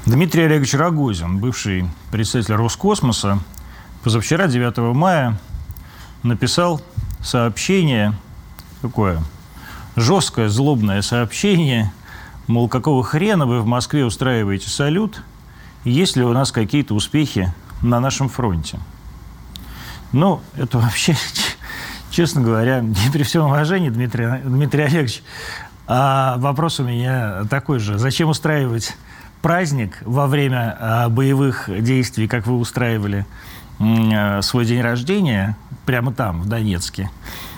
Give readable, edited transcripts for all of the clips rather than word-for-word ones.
Дмитрий Олегович Рогозин, бывший представитель Роскосмоса, позавчера, 9 мая, написал сообщение, такое жесткое, злобное сообщение, мол, какого хрена вы в Москве устраиваете салют, есть ли у нас какие-то успехи на нашем фронте. Ну, это вообще, честно говоря, при всем уважении, Дмитрий Олегович, вопрос у меня такой же. Зачем устраивать праздник во время боевых действий, как вы устраивали свой день рождения, прямо там, в Донецке?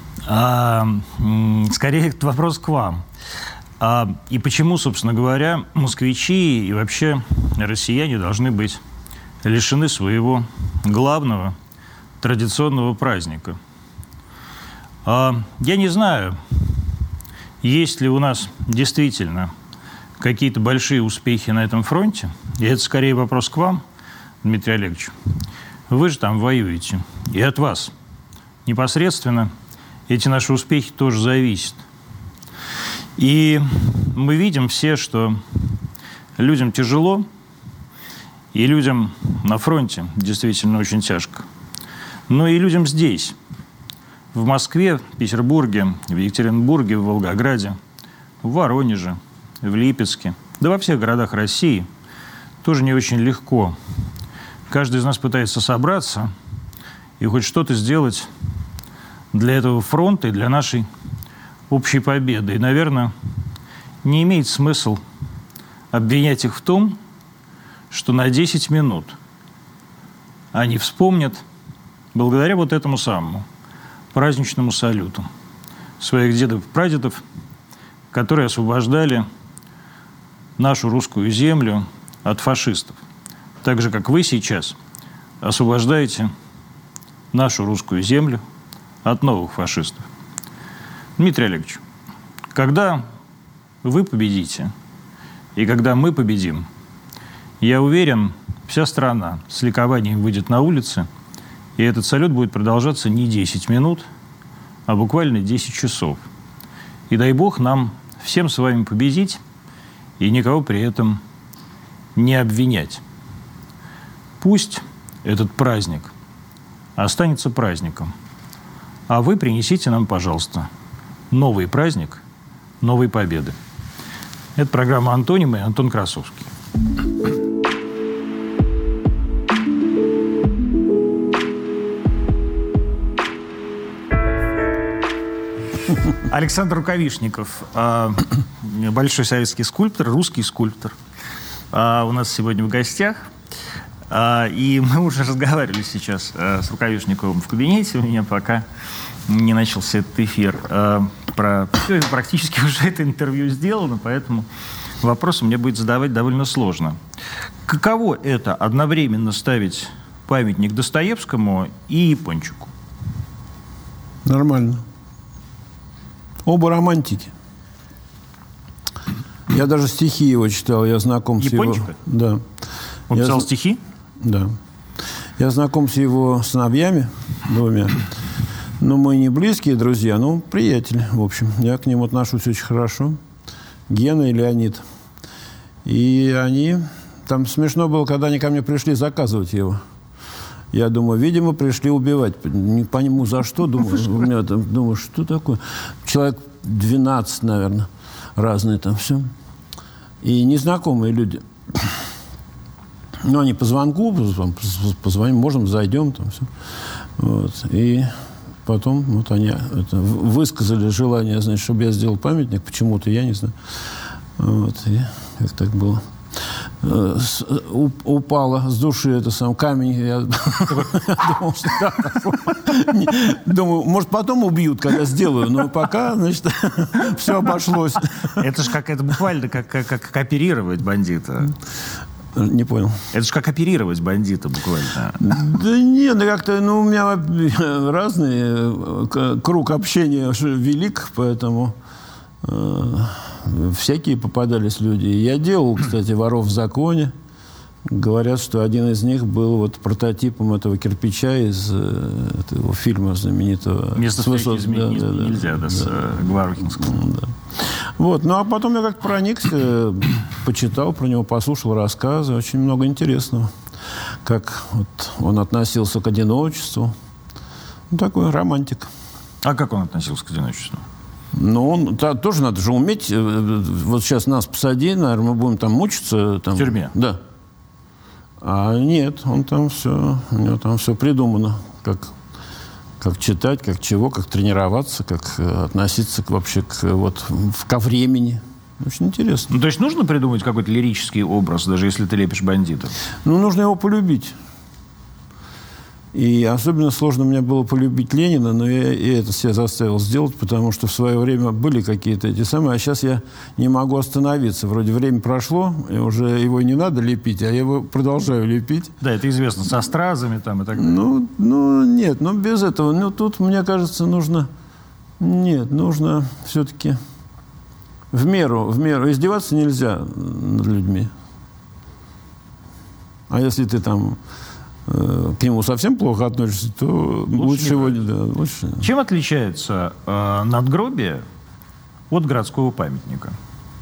Скорее, это вопрос к вам. И почему, собственно говоря, москвичи и вообще россияне должны быть лишены своего главного традиционного праздника? Я не знаю, есть ли у нас действительно какие-то большие успехи на этом фронте. И это скорее вопрос к вам, Дмитрий Олегович. Вы же там воюете. И от вас непосредственно эти наши успехи тоже зависят. И мы видим все, что людям тяжело, и людям на фронте действительно очень тяжко. Но и людям здесь, в Москве, в Петербурге, в Екатеринбурге, в Волгограде, в Воронеже, в Липецке, да во всех городах России тоже не очень легко. Каждый из нас пытается собраться и хоть что-то сделать для этого фронта и для нашей общей победы. И, наверное, не имеет смысла обвинять их в том, что на 10 минут они вспомнят, благодаря вот этому самому праздничному салюту, своих дедов и прадедов, которые освобождали нашу русскую землю от фашистов. Так же, как вы сейчас освобождаете нашу русскую землю от новых фашистов. Дмитрий Олегович, когда вы победите и когда мы победим, я уверен, вся страна с ликованием выйдет на улицы, и этот салют будет продолжаться не 10 минут, а буквально 10 часов. И дай Бог нам всем с вами победить и никого при этом не обвинять. Пусть этот праздник останется праздником, а вы принесите нам, пожалуйста, новый праздник, новой победы. Это программа «Антонимы», Антон Красовский. Александр Рукавишников, большой советский скульптор, русский скульптор, у нас сегодня в гостях. И мы уже разговаривали сейчас с Рукавишниковым в кабинете у меня, пока не начался этот эфир. Практически уже это интервью сделано, поэтому вопросы мне будет задавать довольно сложно. Каково это одновременно ставить памятник Достоевскому и Япончику? Нормально. Оба романтики. Я даже стихи его читал, я знаком Япончика? с его... Да. Он писал стихи? Да. Я знаком с его сыновьями двумя. Но мы не близкие друзья, но приятели, в общем. Я к ним отношусь очень хорошо. Гена и Леонид. И они... Там смешно было, когда они ко мне пришли заказывать его. Я думаю, видимо, пришли убивать. Не пойму, за что. Думаю, что такое? Человек 12, наверное, разные там все. И незнакомые люди. Ну, они по звонку, позвоним, можем, зайдем, там все. Вот. И потом вот они высказали желание, значит, чтобы я сделал памятник. Почему-то, я не знаю. Вот. И как так было. Упала с души это сам камень. Я думал, что думаю, может, потом убьют, когда сделаю. Но пока, значит, все обошлось. Это же как это буквально как оперировать бандита. Не понял. Это же как оперировать бандита буквально. Да нет, да как-то, у меня разный круг общения велик, поэтому всякие попадались люди. Я делал, кстати, «Воров в законе». Говорят, что один из них был вот прототипом этого кирпича из этого фильма знаменитого. «Место встречи изменить нельзя», с Гварухинского. Да. Вот. Ну, а потом я как-то проникся почитал про него, послушал рассказы. Очень много интересного. Как вот он относился к одиночеству. Ну, такой романтик. А как он относился к одиночеству? Ну, он тоже надо же уметь. Вот сейчас нас посади, наверное, мы будем там мучиться. Там, в тюрьме? Да. А нет, он там все, у него там все придумано. Как читать, как чего, как тренироваться, как относиться вообще ко времени. Очень интересно. Ну, то есть нужно придумать какой-то лирический образ, даже если ты лепишь бандитов? Ну, нужно его полюбить. И особенно сложно мне было полюбить Ленина, но я и это себя заставил сделать, потому что в свое время были какие-то эти самые, а сейчас я не могу остановиться. Вроде время прошло, и уже его не надо лепить, а я его продолжаю лепить. Да, это известно, со стразами там и так далее. Ну нет, без этого. Ну, тут, мне кажется, нужно все-таки в меру. Издеваться нельзя над людьми. А если ты там к нему совсем плохо относишься, то лучше его... Да, лучше. Чем отличается надгробие от городского памятника?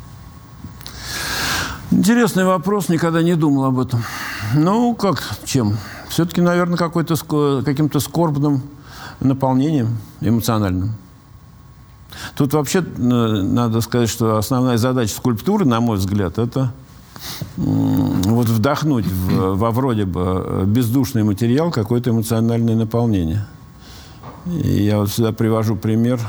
Интересный вопрос, никогда не думал об этом. Ну, чем? Все-таки, наверное, каким-то скорбным наполнением эмоциональным. Тут вообще надо сказать, что основная задача скульптуры, на мой взгляд, это вот вдохнуть во вроде бы бездушный материал какое-то эмоциональное наполнение. И я вот сюда привожу пример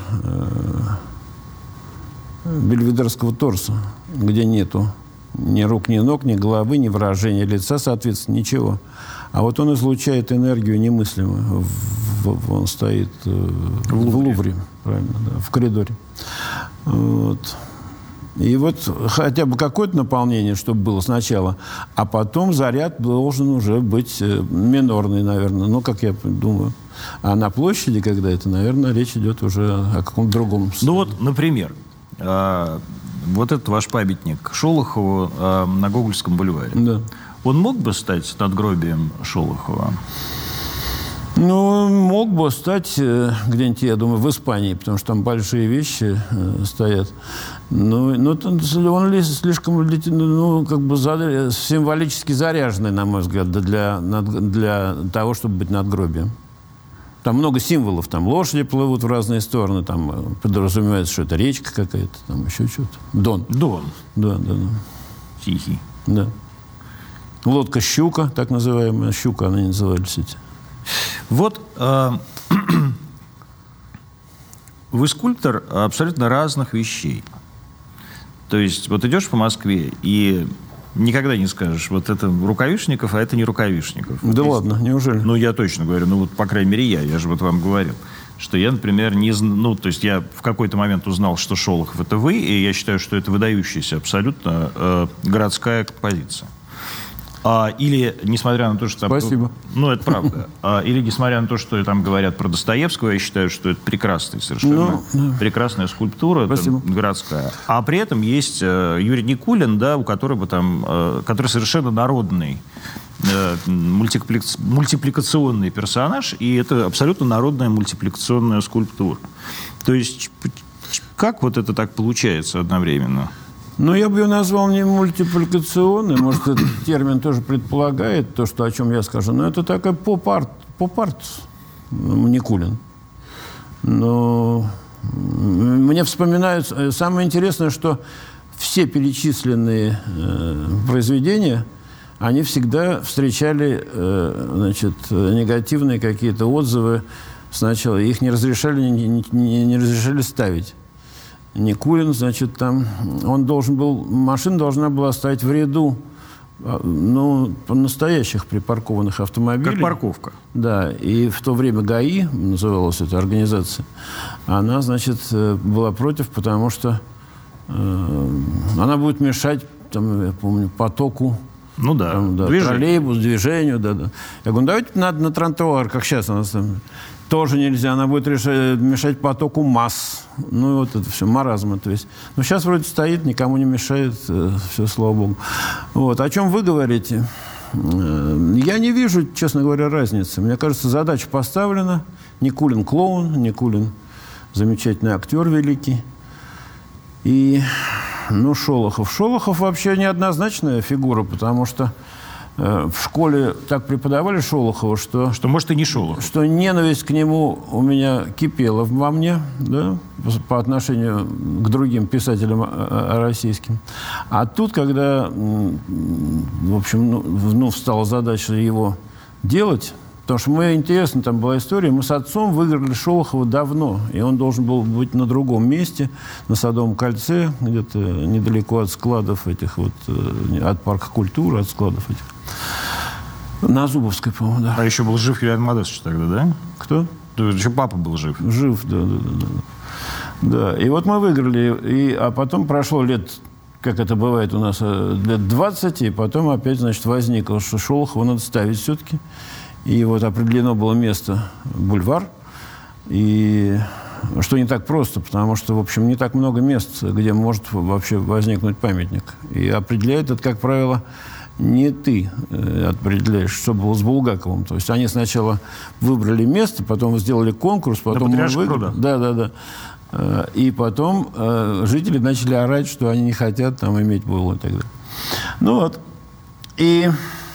бельведерского торса, где нету ни рук, ни ног, ни головы, ни выражения лица, соответственно, ничего. А вот он излучает энергию немыслимую. Он стоит в Лувре, правильно, да, в коридоре. Вот. И вот хотя бы какое-то наполнение, чтобы было сначала, а потом заряд должен уже быть минорный, наверное. Ну, как я думаю. А на площади, когда это, наверное, речь идет уже о каком-то другом. Ну вот, например, вот этот ваш памятник Шолохову на Гогольском бульваре. Да. Он мог бы стать надгробием Шолохова? Ну, мог бы стать где-нибудь, я думаю, в Испании, потому что там большие вещи стоят. Но он слишком символически заряженный, на мой взгляд, для того, чтобы быть надгробием. Там много символов. Там лошади плывут в разные стороны. Там подразумевается, что это речка какая-то. Там еще что-то. Дон. Да. Тихий. Да. Лодка-щука, так называемая. Щука, она не назывались эти. Вот вы скульптор абсолютно разных вещей. То есть вот идешь по Москве и никогда не скажешь, вот это Рукавишников, а это не Рукавишников. Да вот ладно, неужели? Ну, я точно говорю. Ну, вот, по крайней мере, я же вот вам говорил, что я, например, не знал... Ну, то есть я в какой-то момент узнал, что Шолохов — это вы, и я считаю, что это выдающаяся абсолютно городская композиция. Или, несмотря на то, что... Спасибо. Ну, это правда. Или, несмотря на то, что там говорят про Достоевского, я считаю, что это прекрасная совершенно прекрасная скульптура городская. А при этом есть Юрий Никулин, да, который совершенно народный, мультипликационный персонаж, и это абсолютно народная мультипликационная скульптура. То есть как вот это так получается одновременно? Ну, я бы ее назвал не мультипликационной. Может, этот термин тоже предполагает то, о чем я скажу. Но это такой поп-арт Никулин. Но мне вспоминают... Самое интересное, что все перечисленные произведения, они всегда встречали негативные какие-то отзывы сначала. Их не разрешали ставить. Никулин, там он машина должна была стоять в ряду, настоящих припаркованных автомобилей. Как парковка. Да, и в то время ГАИ, называлась эта организация, она, была против, потому что она будет мешать, я помню, потоку. Ну да, троллейбус, движению, да. Я говорю, давайте надо на тротуар, как сейчас у нас там. Тоже нельзя, она будет мешать потоку масс. Ну, вот это все, маразм. То есть. Но сейчас вроде стоит, никому не мешает, все, слава богу. Вот. О чем вы говорите? Я не вижу, честно говоря, разницы. Мне кажется, задача поставлена. Никулин клоун, Никулин замечательный актер великий. И Ну, Шолохов. Шолохов вообще неоднозначная фигура, потому что в школе так преподавали Шолохова, что может, и не Шолохов. Что ненависть к нему у меня кипела во мне, да, по отношению к другим писателям российским. А тут, когда, в общем, встала задача его делать, потому что мне интересно, там была история, мы с отцом выиграли Шолохова давно, и он должен был быть на другом месте, на Садовом кольце, где-то недалеко от складов этих вот, от парка культуры, от складов этих. На Зубовской, по-моему, да. А еще был жив Юлиан Модестович тогда, да? Кто? Еще папа был жив. Жив, да. Да, и вот мы выиграли, а потом прошло лет, как это бывает у нас, лет 20, и потом опять, значит, возникло, что Шолохова надо ставить все-таки. И вот определено было место бульвар, и что не так просто, потому что, в общем, не так много мест, где может вообще возникнуть памятник. И определяет это, как правило, не ты определяешь, что было с Булгаковым. То есть они сначала выбрали место, потом сделали конкурс, потом... Да. И потом жители начали орать, что они не хотят там иметь Булгу и так далее. Ну вот. И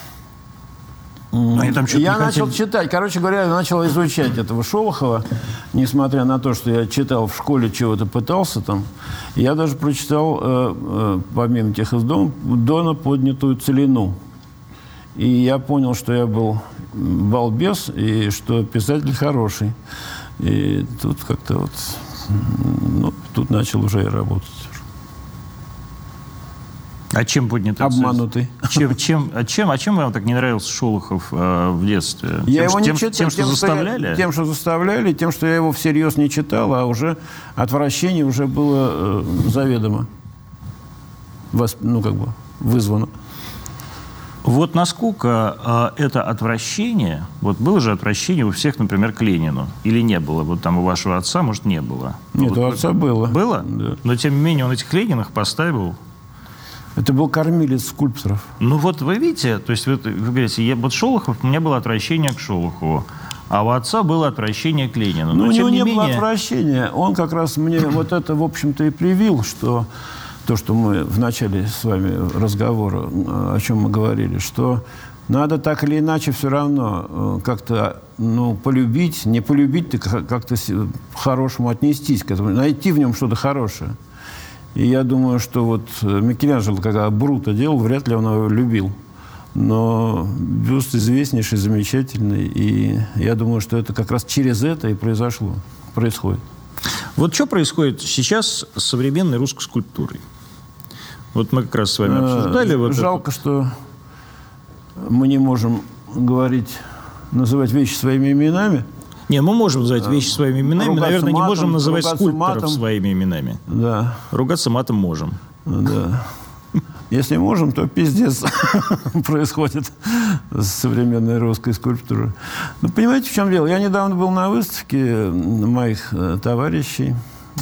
я начал читать. Короче говоря, я начал изучать этого Шолохова, несмотря на то, что я читал в школе, чего-то пытался там. Я даже прочитал, помимо тех из Дона, поднятую целину. И я понял, что я был балбес, и что писатель хороший. И тут как-то вот... тут начал уже и работать. А чем поднятый? Обманутый. Чем вам так не нравился Шолохов в детстве? Я его не читал. Тем, что заставляли? Тем, что заставляли, тем, что я его всерьез не читал, а уже отвращение уже было заведомо. Вызвано. Вот насколько это отвращение... Вот было же отвращение у всех, например, к Ленину. Или не было? Вот там у вашего отца, может, не было? Нет, у отца было. Было? Да. Но, тем не менее, он этих Ленинах поставил... Это был кормилец скульпторов. Ну вот вы видите, то есть вы говорите, вот Шолохов, у меня было отвращение к Шолохову, а у отца было отвращение к Ленину. Но у него не было отвращения. Он как раз мне вот это, в общем-то, и привил, что то, что мы в начале с вами разговора, о чем мы говорили, что надо так или иначе все равно как-то, полюбить, не полюбить, как-то по-хорошему отнестись к этому, найти в нем что-то хорошее. И я думаю, что вот Микеланджело, когда Бруто делал, вряд ли он его любил. Но бюст известнейший, замечательный. И я думаю, что это как раз через это и происходит. Вот что происходит сейчас с современной русской скульптурой? Вот мы как раз с вами обсуждали. Жалко, что мы не можем называть вещи своими именами. Не, мы можем называть вещи своими именами, наверное, не можем называть скульпторов своими именами. Да. Ругаться матом можем. Да. Если можем, то пиздец происходит с современной русской скульптурой. Ну, понимаете, в чем дело? Я недавно был на выставке моих товарищей,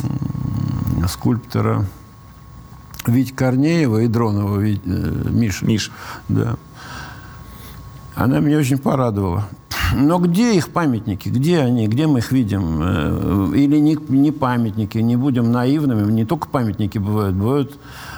скульптора Вити Корнеева и Дронова Миши. Да. Она меня очень порадовала. Но где их памятники? Где они? Где мы их видим? Или не памятники? Не будем наивными. Не только памятники бывают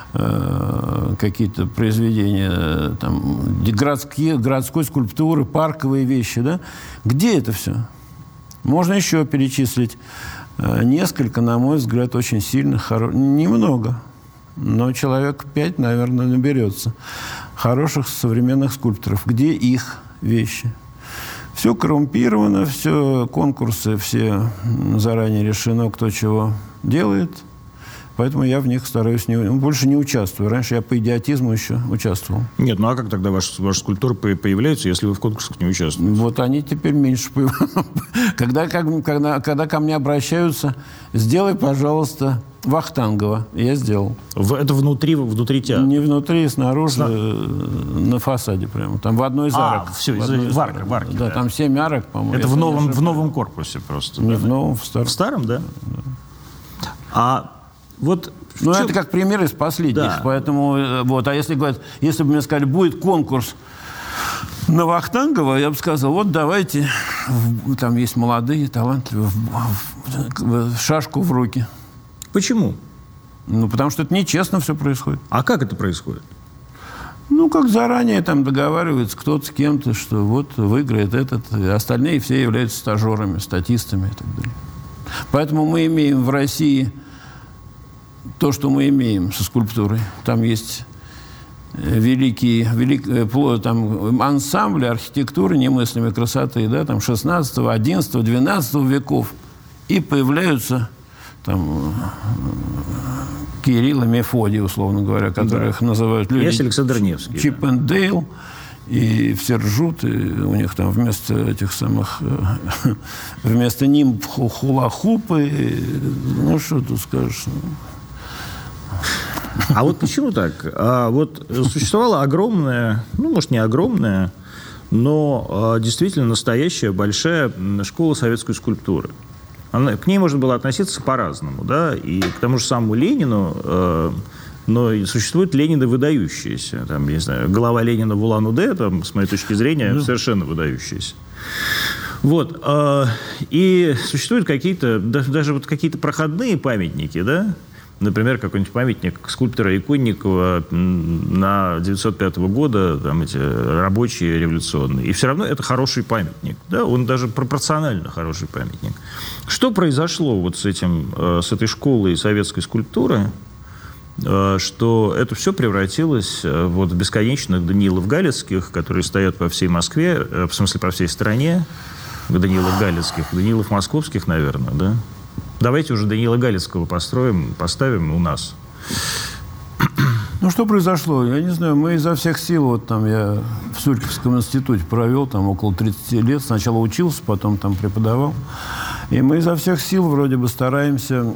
какие-то произведения там, городской скульптуры, парковые вещи. Да? Где это все? Можно еще перечислить несколько, на мой взгляд, очень сильных, немного, но человек 5, наверное, наберется хороших современных скульпторов. Где их вещи? Все коррумпировано, все конкурсы, все заранее решено, кто чего делает. Поэтому я в них стараюсь больше не участвую. Раньше я по идиотизму еще участвовал. Нет, ну а как тогда ваши скульптуры появляются, если вы в конкурсах не участвуете? Вот они теперь меньше появляются. Когда ко мне обращаются, сделай, пожалуйста, Вахтангова. Я сделал. Это внутри театра? Не внутри, снаружи, на фасаде прямо. Там в одной из арок. Все, в арке. Да, там 7 арок, по-моему. Это в новом корпусе просто? Не в новом, в старом. В старом, да? А вот... это как пример из последних. Да. Поэтому, а если бы мне сказали, будет конкурс на Вахтангова, я бы сказал, вот давайте, там есть молодые, талантливые, шашку в руки. Почему? Ну, потому что это нечестно все происходит. А как это происходит? Ну, как заранее там договаривается кто-то с кем-то, что вот выиграет этот, и остальные все являются стажерами, статистами и так далее. Поэтому мы имеем в России то, что мы имеем со скульптурой. Там есть великие там, ансамбли архитектуры немыслимой красоты, да, там 16, 11, 12 веков. И появляются там Кирилл и Мефодий, условно говоря, которых называют люди. Есть Александр Невский. Чип энд Дейл. И все ржут, и у них там вместо этих самых, вместо нимб хула-хупы, ну, что тут скажешь. А вот почему так? Вот существовала огромная, ну, может, не огромная, но действительно настоящая большая школа советской скульптуры. К ней можно было относиться по-разному, да, и к тому же самому Ленину... Но существуют Ленины выдающиеся. Там, я не знаю, голова Ленина в Улан-Удэ, там, с моей точки зрения, совершенно выдающиеся. Вот. И существуют какие-то, даже вот какие-то проходные памятники, да? Например, какой-нибудь памятник скульптора Иконникова на 905 года, там эти рабочие революционные. И все равно это хороший памятник. Да? Он даже пропорционально хороший памятник. Что произошло вот с этой школой советской скульптуры, что это все превратилось вот в бесконечных Даниилов Галицких, которые стоят по всей Москве, в смысле по всей стране, Даниилов Галицких, Даниилов Московских, наверное, да? Давайте уже Даниила Галицкого поставим у нас. Ну, что произошло? Я не знаю, мы изо всех сил, вот там я в Сурьковском институте провел там около 30 лет, сначала учился, потом там преподавал, и мы изо всех сил вроде бы стараемся...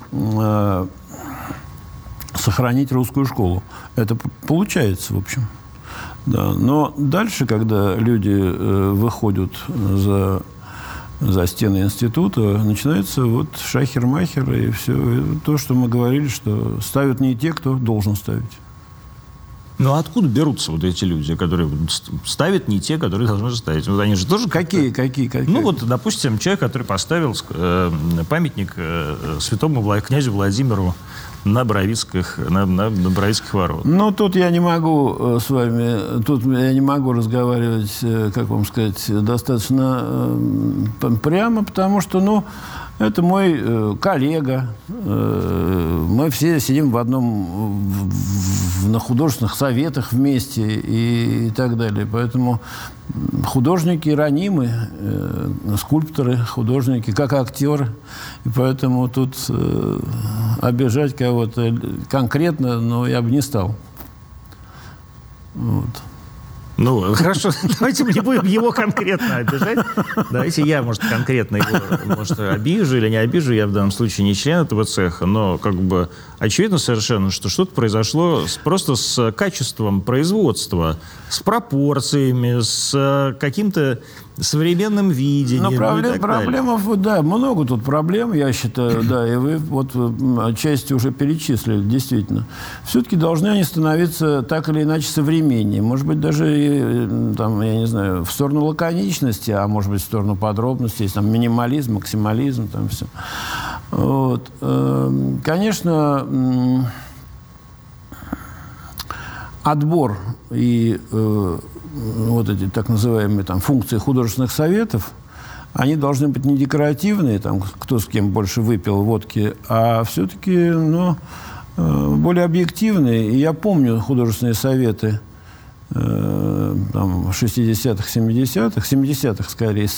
сохранить русскую школу. Это получается, в общем. Да. Но дальше, когда люди выходят за стены института, начинается вот шахер-махер и все. И то, что мы говорили, что ставят не те, кто должен ставить. Ну, а откуда берутся вот эти люди, которые ставят не те, которые должны ставить? Вот они же тоже... Какие? Ну, вот, допустим, человек, который поставил памятник святому князю Владимиру на Боровицких воротах. Ну, тут я не могу с вами, тут я не могу разговаривать, как вам сказать, достаточно прямо, потому что, ну, это мой коллега. Мы все сидим на художественных советах вместе и так далее. Поэтому художники ранимы, скульпторы, художники, как актеры. И поэтому тут обижать кого-то конкретно, но я бы не стал. Вот. Ну, хорошо, давайте мы не будем его конкретно обижать. Давайте я, может, конкретно его, обижу или не обижу. Я в данном случае не член этого цеха, но как бы очевидно совершенно, что что-то произошло просто с качеством производства, с пропорциями, с каким-то современным видением. Но проблем, да, много тут проблем, я считаю, да, и вы вот отчасти уже перечислили, действительно. Все-таки должны они становиться так или иначе современнее. Может быть, даже, там, я не знаю, в сторону лаконичности, а может быть, в сторону подробностей, там, минимализм, максимализм, там все. Вот. Конечно, отбор и вот эти так называемые там, функции художественных советов, они должны быть не декоративные, там, кто с кем больше выпил водки, а все-таки более объективные. И я помню художественные советы там, 60-х, 70-х, 70-х скорее.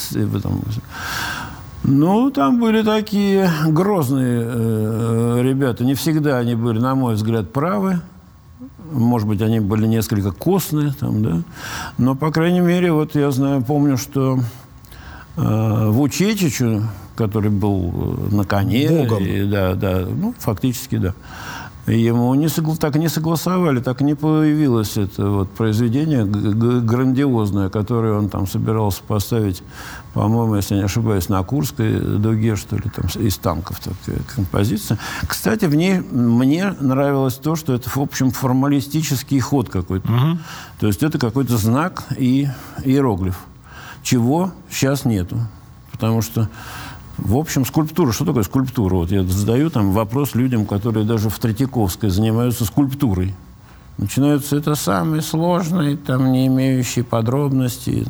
Ну, там были такие грозные ребята. Не всегда они были, на мой взгляд, правы. Может быть, они были несколько костные, там, да? Но, по крайней мере, вот я помню, что Вучечичу, который был на коне, фактически, да, ему так и не согласовали, так и не появилось это вот произведение грандиозное, которое он там собирался поставить, по-моему, если не ошибаюсь, на Курской дуге, что ли, там, из танков такая композиция. Кстати, в ней мне нравилось то, что это, в общем, формалистический ход какой-то. Угу. То есть это какой-то знак и иероглиф, чего сейчас нету. Потому что В общем, скульптура. Что такое скульптура? Вот я задаю там вопрос людям, которые даже в Третьяковской занимаются скульптурой. Начинаются это самые сложные, там, не имеющие подробностей.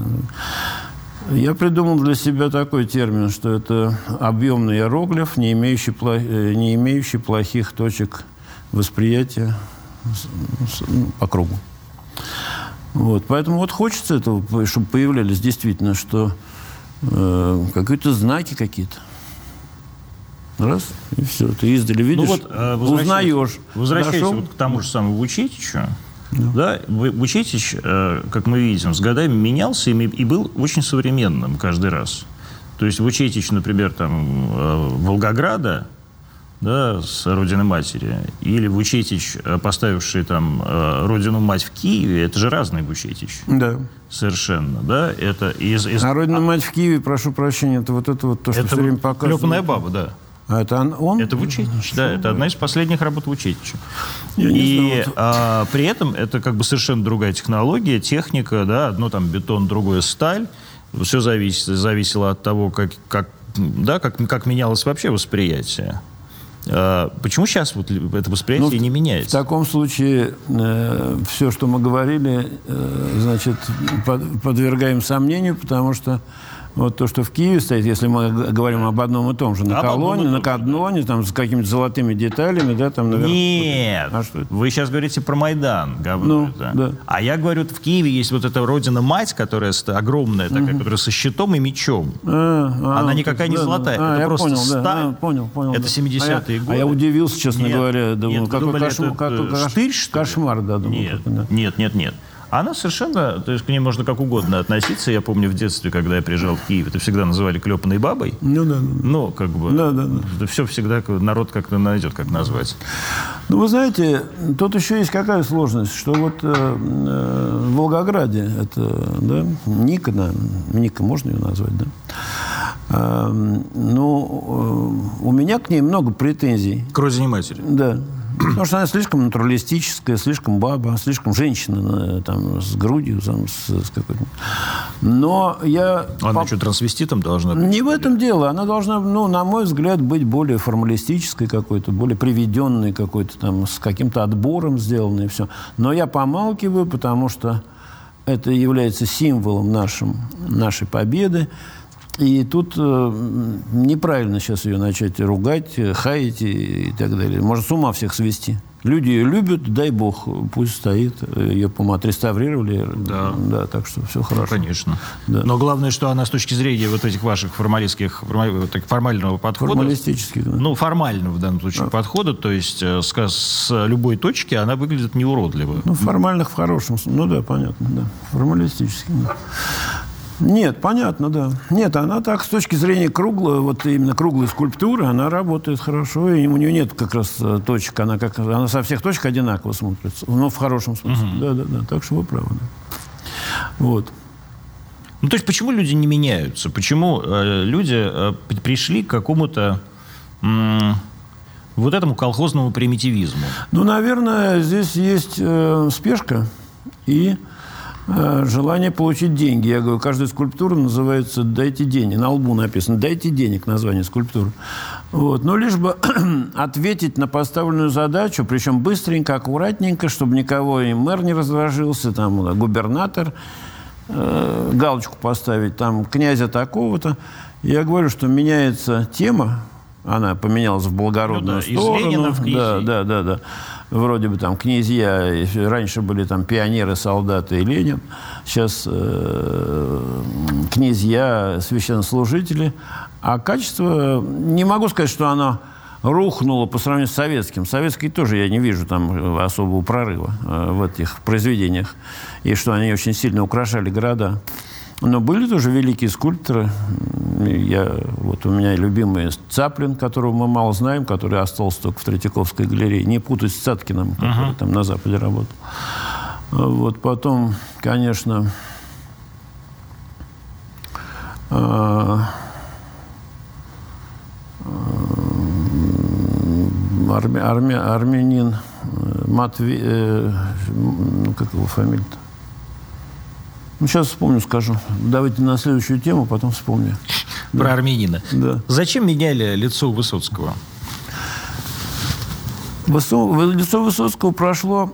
Я придумал для себя такой термин, что это объемный иероглиф, не имеющий плохих точек восприятия по кругу. Вот. Поэтому вот хочется этого, чтобы появлялись действительно, что какие-то знаки какие-то. Раз, и все. Ты издали видишь, узнаешь. Возвращаясь вот к тому же самому Вучетичу, да, Вучетич, как мы видим, с годами менялся и был очень современным каждый раз. То есть Вучетич, например, там, Волгограда, да, с Родины Матери, или Вучетич, поставивший там Родину-Мать в Киеве, это же разный Вучетич. Да. Совершенно, да. Это А Родина-Мать в Киеве, прошу прощения, это вот то, что это все время показывают. «Клёпаная баба», да. А это он? Это Вучетич, да. Это одна из последних работ Вучетича. И при этом это как бы совершенно другая технология, техника, да. Одно там бетон, другое сталь. Все зависело от того, как менялось вообще восприятие. Почему сейчас вот это восприятие не меняется? В таком случае все, что мы говорили, значит, подвергаем сомнению, потому что вот то, что в Киеве стоит, если мы говорим об одном и том же, на колонне, на кадноне, там, с какими-то золотыми деталями, да, там наверху. Нет, вы сейчас говорите про Майдан, да. А я говорю, в Киеве есть вот эта Родина-Мать, которая огромная такая, которая со щитом и мечом. Она никакая не золотая, это просто сталь. Понял. Это 70-е годы. А я удивился, честно говоря. Думаю, какой кошмар, да, думаю. Нет. Она совершенно, то есть к ней можно как угодно относиться. Я помню в детстве, когда я приезжал в Киев, это всегда называли «клёпаной бабой». Ну, как бы, это все всегда народ как-то найдет, как назвать. Ну, вы знаете, тут еще есть какая сложность, что вот в Волгограде, это, да, Ника можно ее назвать, да? У меня к ней много претензий. К Родине Матери? Да. Потому что она слишком натуралистическая, слишком баба, слишком женщина там, с грудью, там, с какой-то. Но я... Она что, трансвеститом должна быть? Не в этом дело. Она должна, на мой взгляд, быть более формалистической какой-то, более приведенной какой-то, там, с каким-то отбором сделанной и все. Но я помалкиваю, потому что это является символом нашей победы. И тут неправильно сейчас ее начать ругать, хаять и так далее. Может с ума всех свести. Люди ее любят, дай бог, пусть стоит. Ее, по-моему, отреставрировали. Да, так что все хорошо. Конечно. Да. Но главное, что она с точки зрения вот этих ваших формального подхода... Формалистических, да. Ну, формального в данном случае подхода, то есть с любой точки она выглядит неуродливо. Ну, формальных в хорошем смысле. Ну да, понятно, да. Формалистических, да. Нет, понятно, да. Нет, она так, с точки зрения круглой, вот именно круглой скульптуры, она работает хорошо, и у нее нет как раз точек, она со всех точек одинаково смотрится, но в хорошем смысле. Да. Так что вы правы, да. Вот. Ну, то есть, почему люди не меняются? Почему люди пришли к какому-то вот этому колхозному примитивизму? Ну, наверное, здесь есть спешка и желание получить деньги. Я говорю, каждая скульптура называется «Дайте денег». На лбу написано «Дайте денег» название скульптуры. Вот. Но лишь бы ответить на поставленную задачу, причем быстренько, аккуратненько, чтобы никого и мэр не раздражился, там, губернатор, галочку поставить, там, князя такого-то. Я говорю, что меняется тема, она поменялась в благородную сторону. Из Ленина в князей. Да. Вроде бы там князья, раньше были там пионеры, солдаты и Ленин. Сейчас князья, священнослужители. А качество, не могу сказать, что оно рухнуло по сравнению с советским. Советский тоже я не вижу там особого прорыва в этих произведениях. И что они очень сильно украшали города. Но были тоже великие скульпторы. У меня любимый Цаплин, которого мы мало знаем, который остался только в Третьяковской галерее. Не путать с Цаткиным, который там на Западе работал. Вот, потом, конечно, армянин Матвей... как его фамилия-то? Ну, сейчас вспомню, скажу. Давайте на следующую тему, потом вспомню. про армянина. Да. Зачем меняли лицо Высоцкого? Лицо Высоцкого прошло.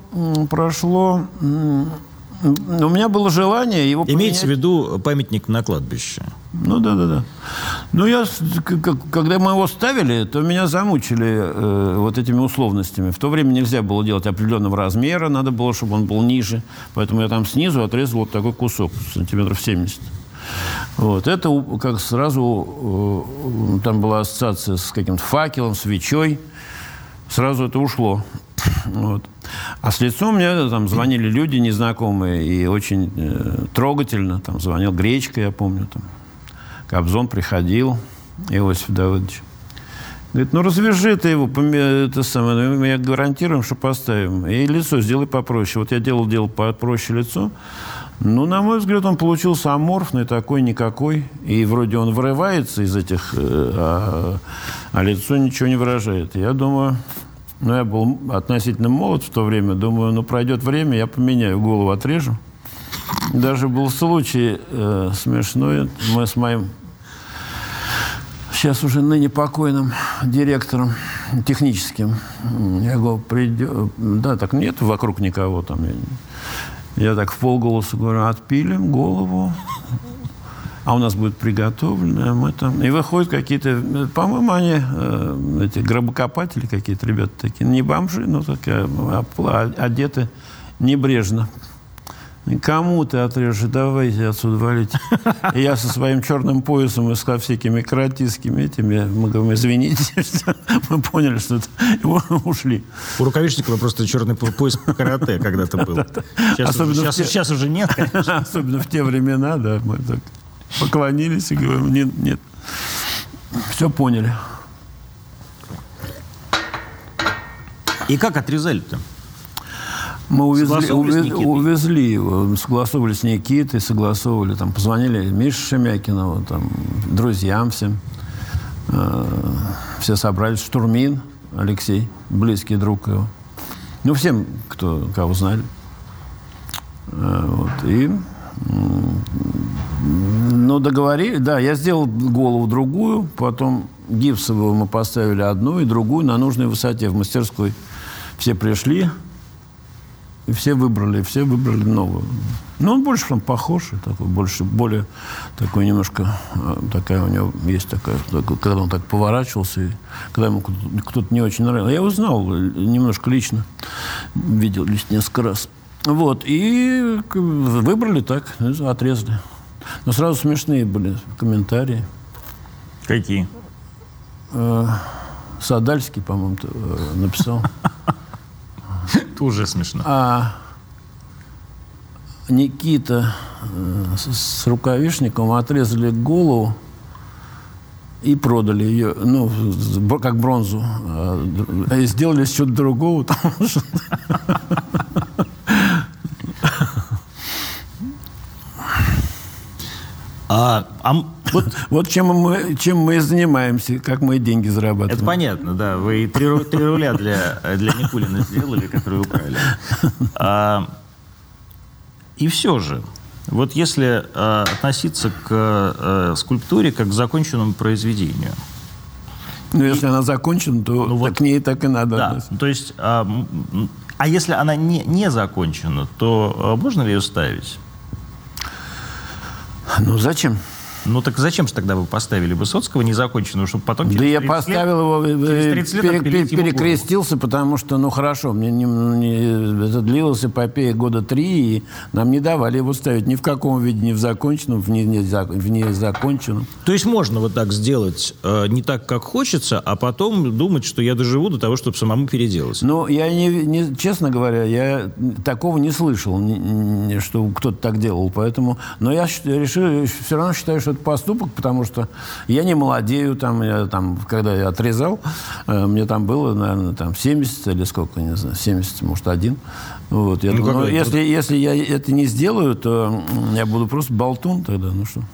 У меня было желание его поменять. Имеется в виду памятник на кладбище. Ну, да. Ну, когда мы его ставили, то меня замучили вот этими условностями. В то время нельзя было делать определенного размера, надо было, чтобы он был ниже. Поэтому я там снизу отрезал вот такой кусок, сантиметров 70. Вот. Это как сразу, там была ассоциация с каким-то факелом, свечой. Сразу это ушло. Вот. А с лицом мне там звонили люди незнакомые и очень трогательно. Там звонил Гречка, я помню. Там. Кобзон приходил, Иосиф Давыдович. Говорит, ну развяжи ты его, это самое, мы гарантируем, что поставим. И лицо сделай попроще. Вот я делал попроще лицо. Ну, на мой взгляд, он получился аморфный, такой никакой. И вроде он вырывается из этих... а лицо ничего не выражает. Я думаю... Ну, я был относительно молод в то время. Думаю, ну, пройдет время, я поменяю, голову отрежу. Даже был случай смешной. Мы с моим сейчас уже ныне покойным директором техническим. Я говорю, да, так нет вокруг никого там. Я так вполголоса говорю, отпилим голову. А у нас будет приготовлено, мы там... И выходят какие-то... По-моему, они эти гробокопатели какие-то ребята такие. Не бомжи, но такие, одеты небрежно. Кому ты отрежешь? Давайте отсюда валите. И я со своим черным поясом и со всякими каратистскими этими... Мы говорим, извините. Мы поняли, что это... Его ушли. У Рукавишникова просто черный пояс по карате когда-то был. Сейчас уже нет, конечно. Особенно в те времена, да. Мы так... Поклонились и говорим, нет. Все поняли. И как отрезали-то? Мы увезли его, согласовывали с Никитой, согласовывали, там, позвонили Мише Шемякинову, там, друзьям всем. Все собрались. Штурмин Алексей, близкий друг его. Ну, всем, кого знали. Вот. И... Ну, договорились. Да, я сделал голову другую, потом гипсовую мы поставили одну и другую на нужной высоте в мастерской. Все пришли, и все выбрали новую. Ну, он больше там похож, такой, более такой немножко, такая у него есть такая, когда он так поворачивался, и когда ему кто-то не очень нравился. Я его знал немножко лично, видел лишь несколько раз. Вот, и выбрали так, отрезали. Но сразу смешные были комментарии. Какие? Садальский, по-моему, написал. Это уже смешно. А Никита с Рукавишниковым отрезали голову и продали ее, ну, как бронзу. И сделали что-то другого. Вот чем мы и занимаемся, как мы деньги зарабатываем. Это понятно, да. Вы 3 руля для Никулина сделали, которые украли. И все же, вот если относиться к скульптуре как к законченному произведению. Ну, если она закончена, то к ней так и надо. Да, то есть, а если она не закончена, то можно ли ее ставить? Ну, зачем? Ну, так зачем же тогда вы поставили Высоцкого незаконченного, чтобы потом... Да я поставил его, перекрестился, потому что, ну, хорошо, это длилось эпопея года 3, и нам не давали его ставить ни в каком виде, ни в законченном, в незаконченном. То есть можно вот так сделать не так, как хочется, а потом думать, что я доживу до того, чтобы самому переделать? Ну, я честно говоря, я такого не слышал, что кто-то так делал, поэтому... Но я решил, все равно считаю, что поступок, потому что я не молодею, когда я отрезал, мне там было, наверное, там 70 или сколько, не знаю, 70, может, 1. Вот. Я думаю, если я это не сделаю, то я буду просто болтун тогда, ну что.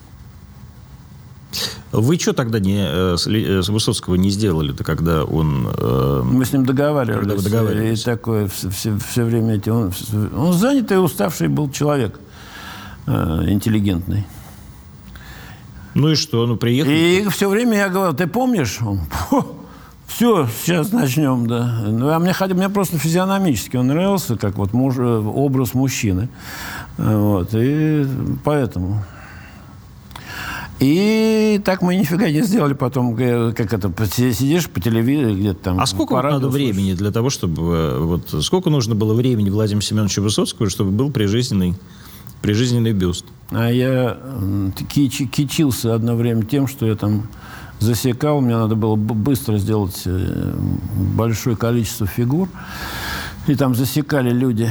Вы что тогда с Высоцкого не сделали-то, когда он... Мы с ним договаривались. И такое все время... Он занятый и уставший был человек, интеллигентный. Ну и что? Ну, приехал. И все время я говорил, ты помнишь? Все, сейчас начнем, да. Ну, а мне просто физиономически он нравился, как вот образ мужчины. Вот, и поэтому. И так мы нифига не сделали потом, как это, сидишь по телевизору где-то там. А сколько надо времени для того, чтобы... сколько нужно было времени Владимиру Семеновичу Высоцкому, чтобы был прижизненный бюст? А я кичился одно время тем, что я там засекал. Мне надо было быстро сделать большое количество фигур. И там засекали люди...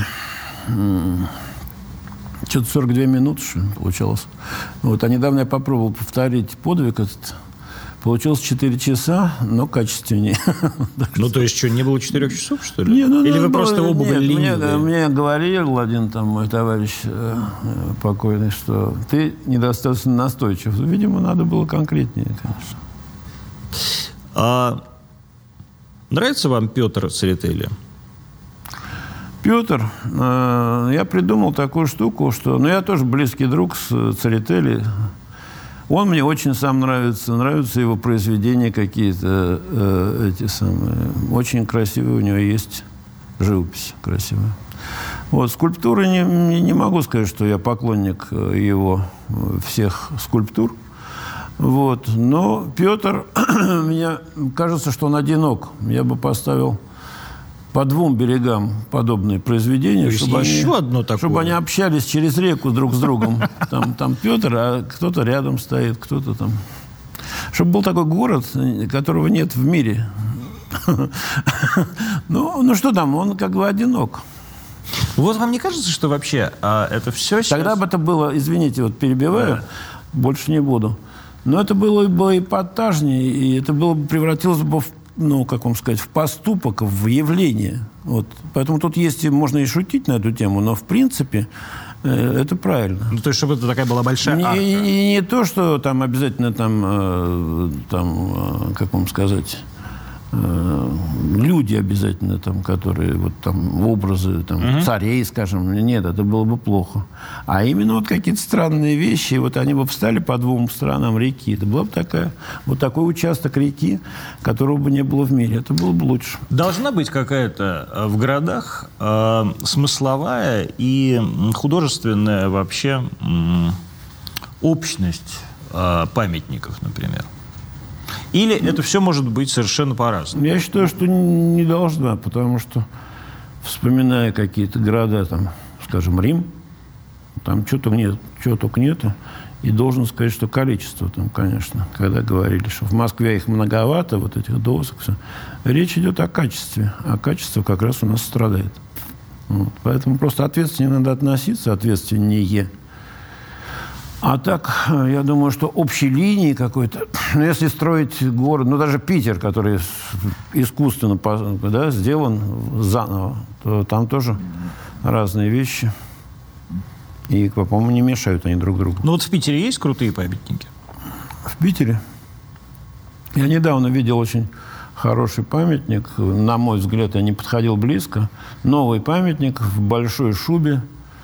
Что-то 42 минуты, что ли, получалось. Вот. А недавно я попробовал повторить подвиг этот. Получилось 4 часа, но качественнее. Ну, то есть, что, не было 4 часов, что ли? Не, ну, или вы просто оба были ленивые? Мне говорил один там мой товарищ покойный, что ты недостаточно настойчив. Видимо, надо было конкретнее, конечно. Нравится вам Петр Церетели? Петр, я придумал такую штуку, что... Ну, я тоже близкий друг с Церетели. Он мне очень сам нравится. Нравятся его произведения какие-то, эти самые. Очень красивые у него есть живопись красивая. Вот, скульптуры не могу сказать, что я поклонник его всех скульптур. Вот. Но Петр, мне кажется, что он одинок. Я бы поставил... по 2 берегам подобные произведения, чтобы они общались через реку друг с другом. Там Петр, а кто-то рядом стоит, кто-то там. Чтобы был такой город, которого нет в мире. Ну что там, он как бы одинок. Вот вам не кажется, что вообще это все сейчас... Тогда бы это было, извините, вот перебиваю, больше не буду. Но это было бы эпатажнее, и это было бы превратилось бы в, ну, как вам сказать, в поступок, в явление. Вот. Поэтому тут есть, можно и шутить на эту тему, но в принципе это правильно. Ну, то есть, чтобы это такая была большая арка. Не то, что там обязательно как вам сказать, люди обязательно там, которые вот там образы там, царей, скажем, нет, это было бы плохо. А именно вот какие-то странные вещи, вот они бы встали по 2 сторонам реки. Это была бы вот такой участок реки, которого бы не было в мире. Это было бы лучше. Должна быть какая-то в городах смысловая и художественная вообще общность памятников, например. Или это все может быть совершенно по-разному? Я считаю, что не должна, потому что, вспоминая какие-то города, там, скажем, Рим, там чего только нету. И должен сказать, что количество там, конечно, когда говорили, что в Москве их многовато, вот этих досок, все. Речь идет о качестве. А качество как раз у нас страдает. Вот. Поэтому просто ответственнее надо относиться, ответственнее. А так, я думаю, что общей линии какой-то, если строить город, ну, даже Питер, который искусственно сделан заново, то там тоже разные вещи. И, по-моему, не мешают они друг другу. Ну, вот в Питере есть крутые памятники? В Питере? Я недавно видел очень хороший памятник. На мой взгляд, я не подходил близко. Новый памятник в большой шубе.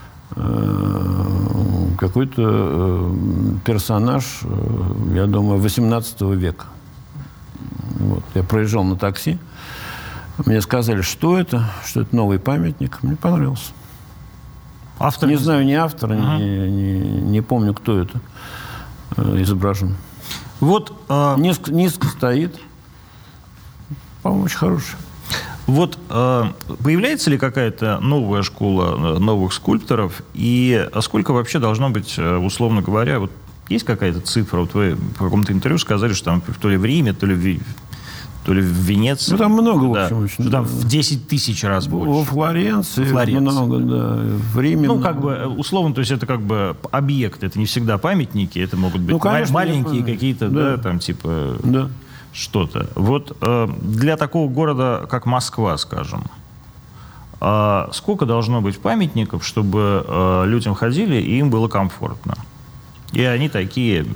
Какой-то персонаж, я думаю, 18 века. Вот. Я проезжал на такси. Мне сказали, что это новый памятник. Мне понравился. Автор? Не знаю ни автора, не помню, кто это изображен. Вот, низко стоит. По-моему, очень хороший. Вот появляется ли какая-то новая школа новых скульпторов? И сколько вообще должно быть, условно говоря, вот есть какая-то цифра? Вот вы в каком-то интервью сказали, что там то ли в Риме, то ли в Венеции. Ну, там много, в общем. Очень, что там в 10 тысяч раз больше. Во Флоренции много, да. В Риме ну, много. как бы, условно, то есть это как бы объект. Это не всегда памятники, это могут быть конечно, маленькие какие-то, да, там типа... Да. Что-то. Вот для такого города, как Москва, скажем, сколько должно быть памятников, чтобы людям ходили и им было комфортно? И они такие,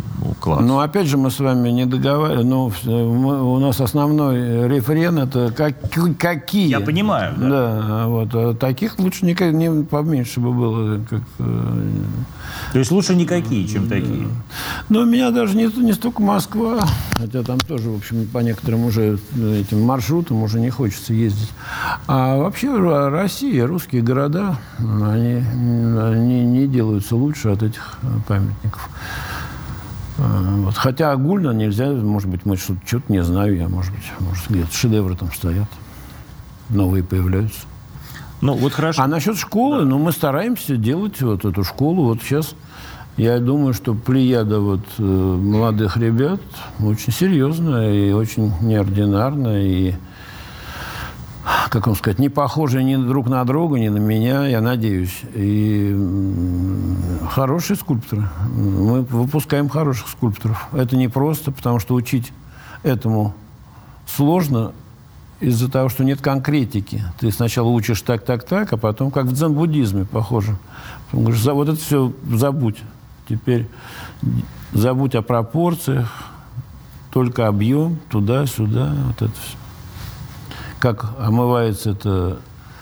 Класс. Но опять же мы с вами не договариваем. У нас основной рефрен это какие. Я понимаю, да. Да, вот. А таких лучше никак не поменьше бы было. То есть лучше никакие, чем такие. Но у меня даже не столько Москва, хотя там тоже, в общем, по некоторым уже этим маршрутам уже не хочется ездить. А вообще Россия, русские города, они не делаются лучше от этих памятников. Вот. Хотя огульно нельзя, может быть, мы что-то не знаю, может где-то шедевры там стоят, новые появляются. Ну, вот хорошо. А насчет школы, мы стараемся делать вот эту школу. Вот сейчас я думаю, что плеяда молодых ребят очень серьезная и очень неординарная, и, как вам сказать, не похожие ни друг на друга, ни на меня, я надеюсь. И хорошие скульпторы. Мы выпускаем хороших скульпторов. Это непросто, потому что учить этому сложно из-за того, что нет конкретики. Ты сначала учишь так, а потом, как в дзен-буддизме, похоже. Потом говоришь, вот это все забудь. Теперь забудь о пропорциях, только объем, туда-сюда, вот это все. Как омывается это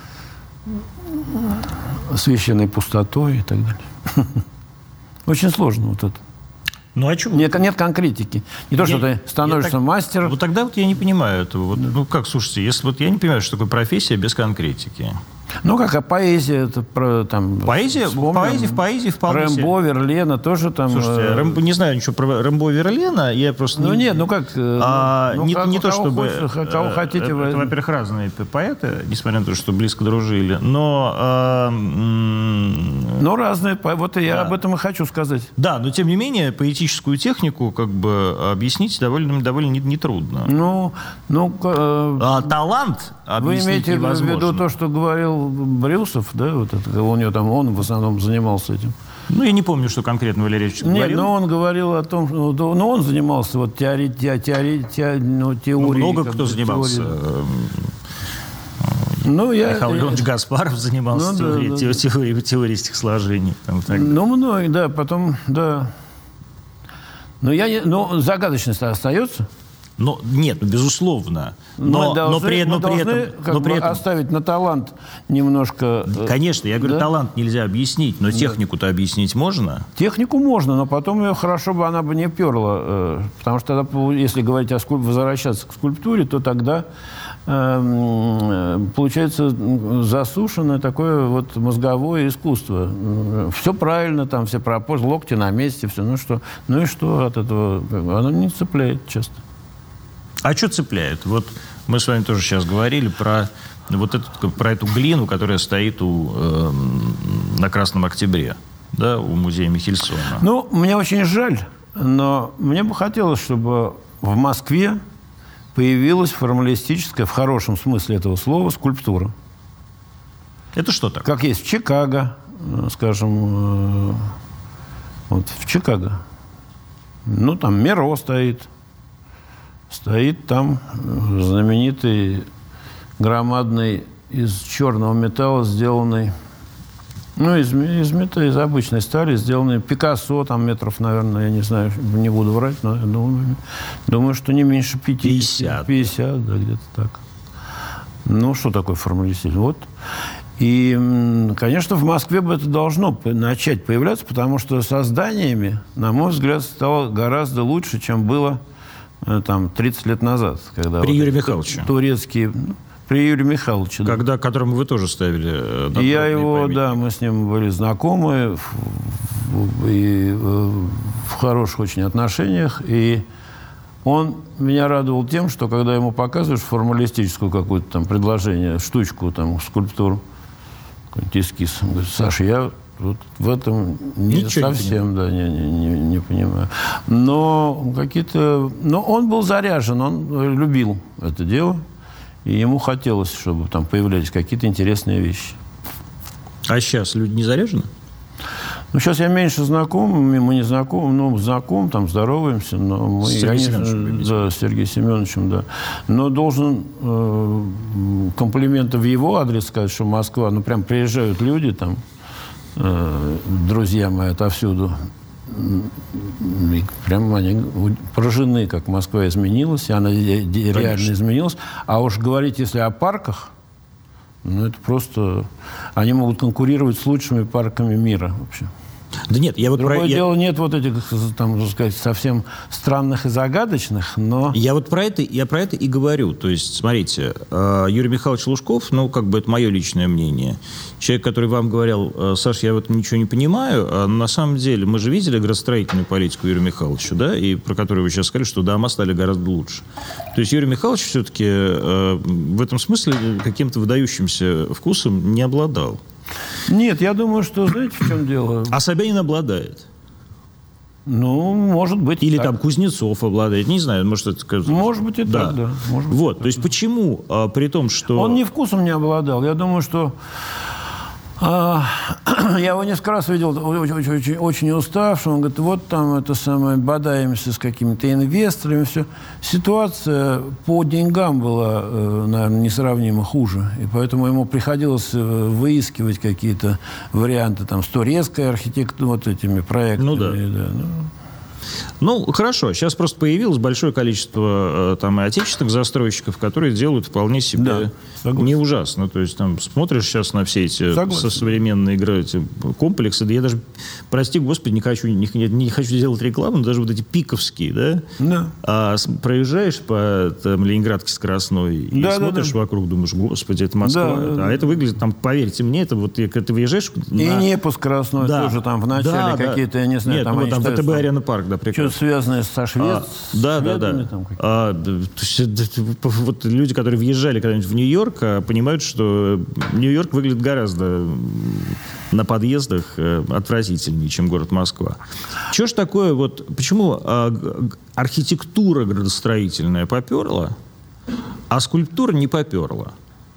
священной пустотой и так далее. Очень сложно вот это. Ну, а чего? Нет конкретики. Не то, что ты становишься мастером. Вот тогда я не понимаю этого. Слушайте, если я не понимаю, что такое профессия без конкретики. А поэзия, это про там... Поэзия вполне Рэмбо, себе. Верлена тоже там... Слушайте, не знаю ничего про Рэмбо, Верлена, я просто... Не то, чтобы... Кого хотите это, вы... во-первых, разные поэты, несмотря на то, что близко дружили, но... разные, вот и я об этом и хочу сказать. Да, но тем не менее, поэтическую технику объяснить довольно нетрудно. Талант объяснить Вы имеете невозможно. в виду то, что говорил Брюсов, да? Вот это, он в основном занимался этим. Я не помню, что конкретно Валерий Ильич говорил. Нет, но он говорил о том, он занимался теорией. Много кто занимался. Михаил Леонович Гаспаров занимался теорией стихосложений. Многие, да, потом, да. Загадочность остается? Нет, безусловно. Мы должны оставить на талант немножко... Конечно, я говорю, талант нельзя объяснить, но технику-то объяснить можно? Технику можно, но потом ее хорошо бы она бы не перла. Потому что тогда, если говорить возвращаться к скульптуре, то тогда получается засушенное такое мозговое искусство. Все правильно, там все пропорции, локти на месте, все. И что от этого? Оно не цепляет часто. А что цепляет? Мы с вами тоже сейчас говорили про эту глину, которая стоит на Красном Октябре, да, у музея Михельсона. Мне очень жаль, но мне бы хотелось, чтобы в Москве появилась формалистическая, в хорошем смысле этого слова, скульптура. Это что такое? Как есть в Чикаго, скажем, в Чикаго. Там Миро стоит. Стоит там знаменитый, громадный, из черного металла сделанный, из обычной стали сделанный Пикассо, там метров, наверное, я не знаю, не буду врать, но думаю, что не меньше 50, да, где-то так. Что такое формалистизм? И, конечно, в Москве бы это должно начать появляться, потому что со зданиями, на мой взгляд, стало гораздо лучше, чем было 30 лет назад. Когда при Юрии Михайловиче. Турецкие... При Юрии Михайловиче, да. Которому вы тоже ставили... Я его, да, мы с ним были знакомы и в хороших очень отношениях. И он меня радовал тем, что когда ему показываешь формалистическую какое-то там предложение, штучку, скульптуру, какой-нибудь эскиз, он говорит: Саша, я в этом совсем не понимаю. Но он был заряжен, он любил это дело, и ему хотелось, чтобы там появлялись какие-то интересные вещи. А сейчас люди не заряжены? Сейчас я меньше знаком, мы не знакомы, знаком, там здороваемся, но мы... С Сергеем Семеновичем. Да, с Сергеем Семеновичем, да. Но должен комплименты в его адрес сказать, что Москва, прям приезжают люди там, друзья мои отовсюду, прямо они поражены, как Москва изменилась, и она реально изменилась. А уж говорить, если о парках, ну, это просто... Они могут конкурировать с лучшими парками мира вообще. Да нет, я вот Другое дело, нет вот этих, там, так сказать, совсем странных и загадочных, но... Я про это и говорю. То есть, смотрите, Юрий Михайлович Лужков, ну, как бы это мое личное мнение. Человек, который вам говорил: Саш, я в этом ничего не понимаю, а на самом деле мы же видели градостроительную политику Юрия Михайловича, да, и про которую вы сейчас сказали, что дома стали гораздо лучше. То есть Юрий Михайлович все-таки в этом смысле каким-то выдающимся вкусом не обладал. Нет, я думаю, что, знаете, в чем дело? А Собянин обладает. Ну, может быть. Или так. там Кузнецов обладает. Не знаю, может, это... Может быть и да. так, да. Может быть, вот, так, то есть почему, при том, что... Он ни вкусом не обладал. Я думаю, что... я его несколько раз видел очень уставшим. Он говорит, вот там это самое, бодаемся с какими-то инвесторами. Все. Ситуация по деньгам была, наверное, несравнимо хуже. И поэтому ему приходилось выискивать какие-то варианты там, с турецкой архитектурой, вот этими проектами. Ну, да. Ну, хорошо. Сейчас просто появилось большое количество там и отечественных застройщиков, которые делают вполне себе не ужасно. То есть, там, смотришь сейчас на все эти современные эти комплексы, да я даже, прости господи, не хочу делать рекламу, но даже вот эти пиковские, да? Да. А проезжаешь по там, Ленинградке скоростной и смотришь вокруг, думаешь, господи, это Москва. Да. Это выглядит, там, поверьте мне, это вот, когда ты выезжаешь... И не по скоростной тоже там в начале какие-то, я не знаю... Нет, там, ну, там ВТБ-арена парк, да, прекрасно. Что-то связанное со шведами. Вот люди, которые въезжали когда-нибудь в Нью-Йорк, понимают, что Нью-Йорк выглядит гораздо на подъездах отвратительнее, чем город Москва. Что ж такое, вот почему архитектура градостроительная поперла, а скульптура не поперла?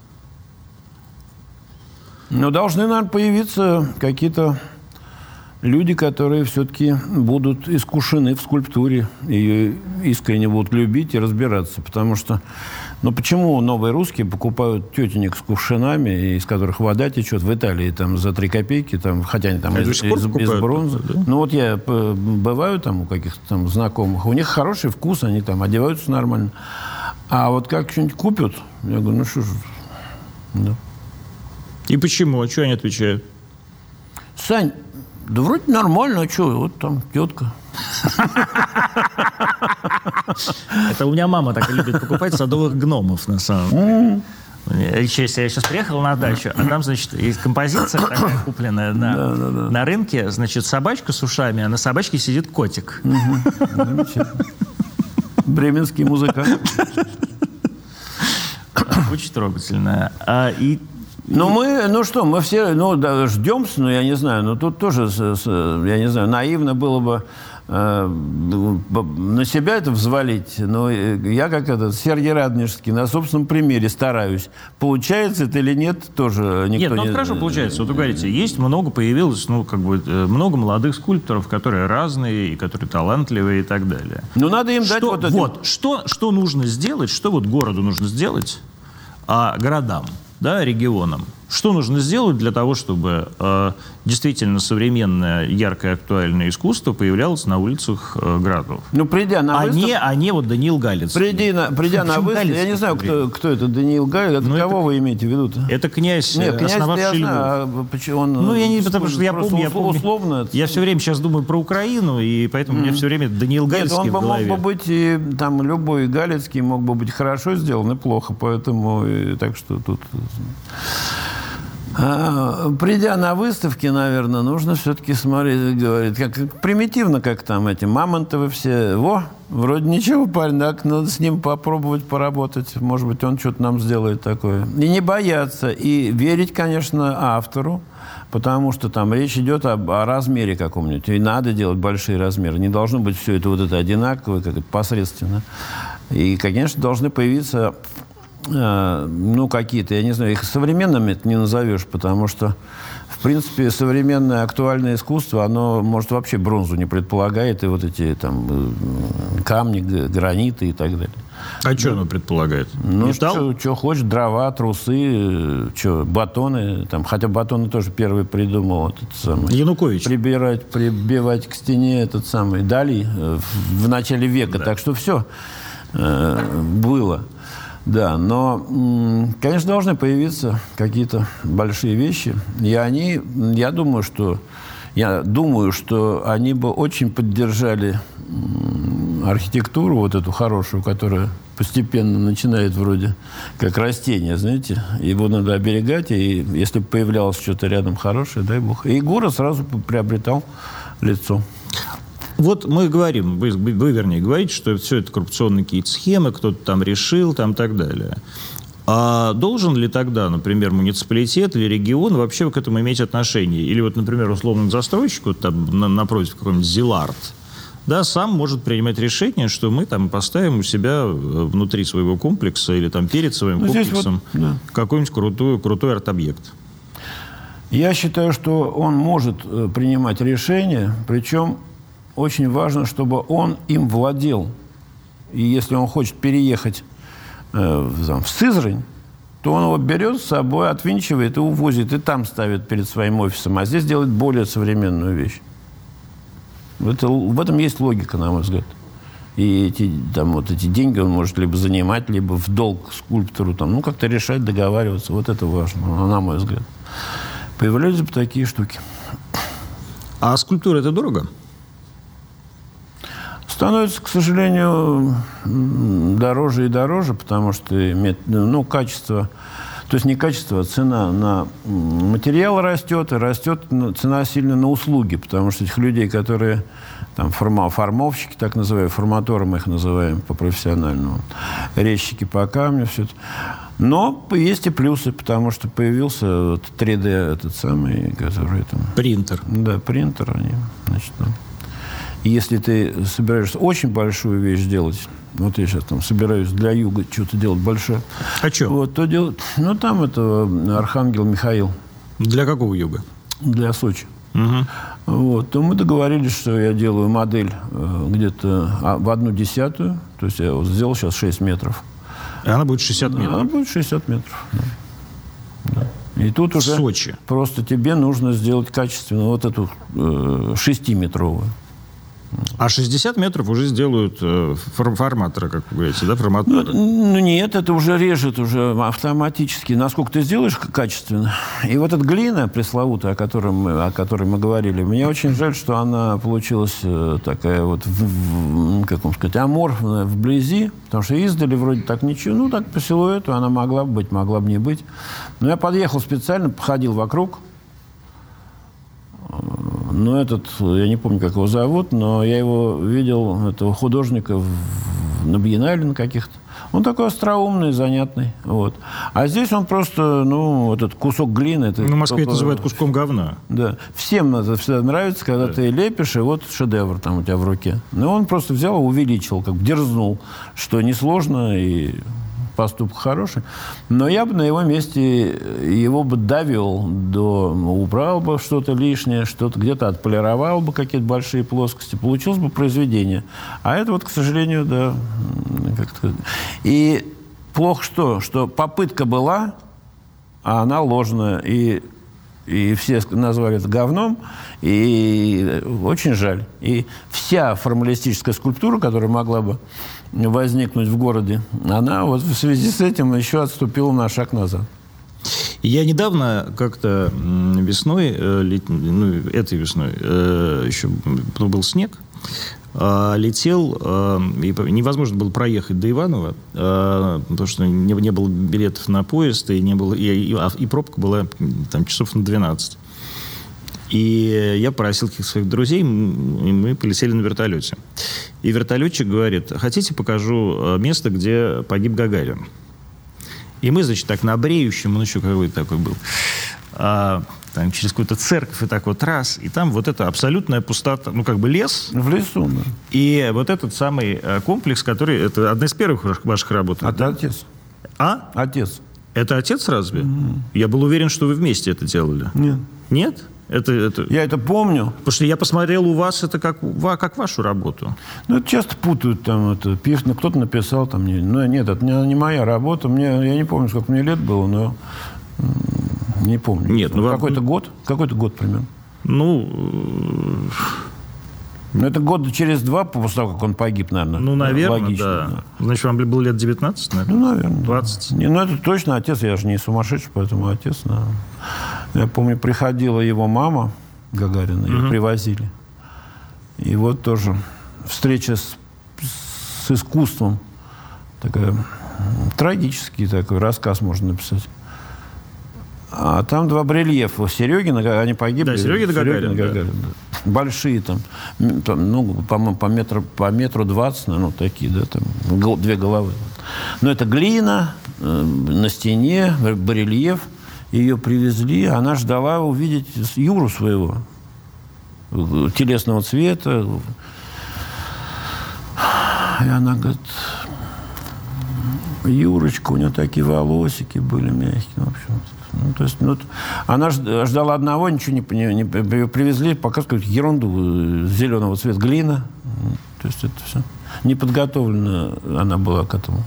Ну, должны, наверное, появиться какие-то люди, которые все-таки будут искушены в скульптуре, ее искренне будут любить и разбираться. Потому что, ну почему новые русские покупают тетенек с кувшинами, из которых вода течет в Италии там, за 3 копейки, там, хотя они там из бронзы. Да? Ну вот я бываю там у каких-то там знакомых, у них хороший вкус, они там одеваются нормально. А вот как что-нибудь купят, я говорю, ну что же. Да. И почему? А что они отвечают? Сань, да вроде нормально, а что, вот там тетка. Это у меня мама так любит покупать садовых гномов, на самом деле. Я сейчас приехал на дачу, а там, значит, есть композиция такая купленная на рынке, значит, собачка с ушами, а на собачке сидит котик. Бременский музыкант. Очень трогательная. Мы все, ждемся, но я не знаю, но тут тоже, я не знаю, наивно было бы на себя это взвалить, но я как Сергей Радонежский на собственном примере стараюсь. Получается это или нет, тоже никто не... Нет, хорошо получается. Вот вы говорите, появилось, много молодых скульпторов, которые разные, и которые талантливые и так далее. Ну, надо им дать вот это... Что нужно сделать, что вот городу нужно сделать, городам, да, регионам? Что нужно сделать для того, чтобы действительно современное, яркое, актуальное искусство появлялось на улицах городов? Ну, придя на выставку... А не вот Даниил Галицкий. Придя на выставку... Я не знаю, кто это Даниил Галицкий. Кого вы имеете в виду-то? Это князь, основавший Львов. Потому что я помню. Условно, я все время сейчас думаю про Украину, и поэтому у меня все время Даниил Галицкий в голове. Мог бы быть, и там любой Галицкий мог бы быть хорошо сделан и плохо, поэтому так что тут... Придя на выставки, наверное, нужно все-таки смотреть, говорить, как примитивно, как там эти Мамонтовы все. Вроде ничего, парень, так, надо с ним попробовать поработать. Может быть, он что-то нам сделает такое. И не бояться, и верить, конечно, автору, потому что там речь идет о размере каком-нибудь. И надо делать большие размеры. Не должно быть все это одинаково, как-то посредственно. И, конечно, должны появиться... какие-то, я не знаю, их современными это не назовешь, потому что, в принципе, современное актуальное искусство, оно, может, вообще бронзу не предполагает, и вот эти там камни, граниты и так далее. А что оно предполагает? Ну, Металл? что хочешь, дрова, трусы, батоны. Там, хотя батоны тоже первый придумал этот самый. Янукович. Прибивать к стене этот самый Дали в начале века. Да. Так что все было. Да, но, конечно, должны появиться какие-то большие вещи. И они, я думаю, что они бы очень поддержали архитектуру вот эту хорошую, которая постепенно начинает вроде как растение, знаете. Его надо оберегать, и если бы появлялось что-то рядом хорошее, дай бог. И город сразу приобретал лицо. Вот мы говорим, вы вернее, говорите, что все это коррупционные какие-то схемы, кто-то там решил, там и так далее. А должен ли тогда, например, муниципалитет или регион вообще к этому иметь отношение? Или вот, например, условно застройщик, вот там напротив какой-нибудь Зилард, да, сам может принимать решение, что мы там поставим у себя внутри своего комплекса или там перед своим комплексом вот, да, какой-нибудь крутой арт-объект. Я считаю, что он может принимать решения, причем очень важно, чтобы он им владел. И если он хочет переехать в Сызрань, то он его берет с собой, отвинчивает и увозит, и там ставит перед своим офисом. А здесь делает более современную вещь. В этом есть логика, на мой взгляд. И эти деньги он может либо занимать, либо в долг скульптору, как-то решать, договариваться. Вот это важно, на мой взгляд. Появлялись бы такие штуки. А скульптура – это дорого? Становится, к сожалению, дороже и дороже, потому что качество, то есть не качество, а цена на материал растет, и растет цена сильно на услуги, потому что этих людей, которые там формовщики, так называемые, форматоры мы их называем по-профессиональному, резчики по камню, все это. Но есть и плюсы, потому что появился 3D этот самый, который там... Принтер. Да, принтер, И если ты собираешься очень большую вещь делать, вот я сейчас собираюсь для юга что-то делать большое. А что? Вот, то делать... там это Архангел Михаил. Для какого юга? Для Сочи. Угу. Вот, то мы договорились, что я делаю модель где-то в 1/10. То есть я сделал сейчас 6 метров. И она будет 60 метров? Она будет 60 метров, да. И тут уже Сочи. Просто тебе нужно сделать качественно вот эту 6-метровую. А 60 метров уже сделают форматора, как вы говорите, да, форматора? Нет, это уже режет уже автоматически. Насколько ты сделаешь качественно. И вот эта глина пресловутая, о которой мы говорили, мне очень жаль, что она получилась такая вот, как вам сказать, аморфная вблизи, потому что издали вроде так ничего, так по силуэту она могла бы быть, могла бы не быть. Но я подъехал специально, походил вокруг. Но я не помню, как его зовут, но я его видел, этого художника на биеннале на каких-то. Он такой остроумный, занятный. Вот. А здесь он просто, этот кусок глины... В Москве это называют куском говна. Да. Всем это всегда нравится, когда ты лепишь, и вот шедевр там у тебя в руке. Но он просто взял и увеличил, как бы дерзнул, что несложно и... поступок хороший, но я бы на его месте его бы довел убрал бы что-то лишнее, что-то где-то отполировал бы какие-то большие плоскости, получилось бы произведение. А это вот, к сожалению, да, как-то... И плохо что попытка была, а она ложная, и все назвали это говном, и очень жаль. И вся формалистическая скульптура, которая могла бы возникнуть в городе, она вот в связи с этим еще отступила на шаг назад. Я недавно как-то весной, этой весной, еще был снег, летел, и невозможно было проехать до Иваново, потому что не было билетов на поезд, и пробка была там часов на 12. И я попросил каких-то своих друзей, и мы полетели на вертолете. И вертолетчик говорит: хотите, покажу место, где погиб Гагарин? И мы, значит, так на бреющем, он еще какой-то такой был, там, через какую-то церковь, и так вот раз, и там вот это абсолютная пустота, лес. В лесу, да. И вот этот самый комплекс, который, это одна из первых ваших работ. Это отец. А? Отец. Это отец разве? Я был уверен, что вы вместе это делали. Нет. Нет? Я это помню. Потому что я посмотрел у вас это как вашу работу. Ну, это часто путают там это. Пишут, кто-то написал там. Нет, это не моя работа. Я не помню, сколько мне лет было, но не помню. Нет, Какой-то год примерно. Ну, это года через 2 после того, как он погиб, наверное. Ну, наверное, логично, да. Значит, вам было лет 19, наверное? Ну, наверное. 20. Ну, это точно отец. Я же не сумасшедший, поэтому отец. Я помню, приходила его мама Гагарина, ее привозили. И вот тоже встреча с искусством. Такая трагический такой рассказ можно написать. А там 2 барельефа Серегина, они погибли. Да, Серегин и Гагарин. Да. Большие там, ну, по-моему, по метру 20, ну, такие, да, там, 2 головы. Но это глина на стене, барельеф. Ее привезли, она ждала увидеть Юру своего, телесного цвета. И она говорит: Юрочка, у нее такие волосики были мягкие. В общем, то есть, она ждала одного, ничего не привезли, показывают ерунду зеленого цвета, глина. То есть это все. Неподготовлена она была к этому.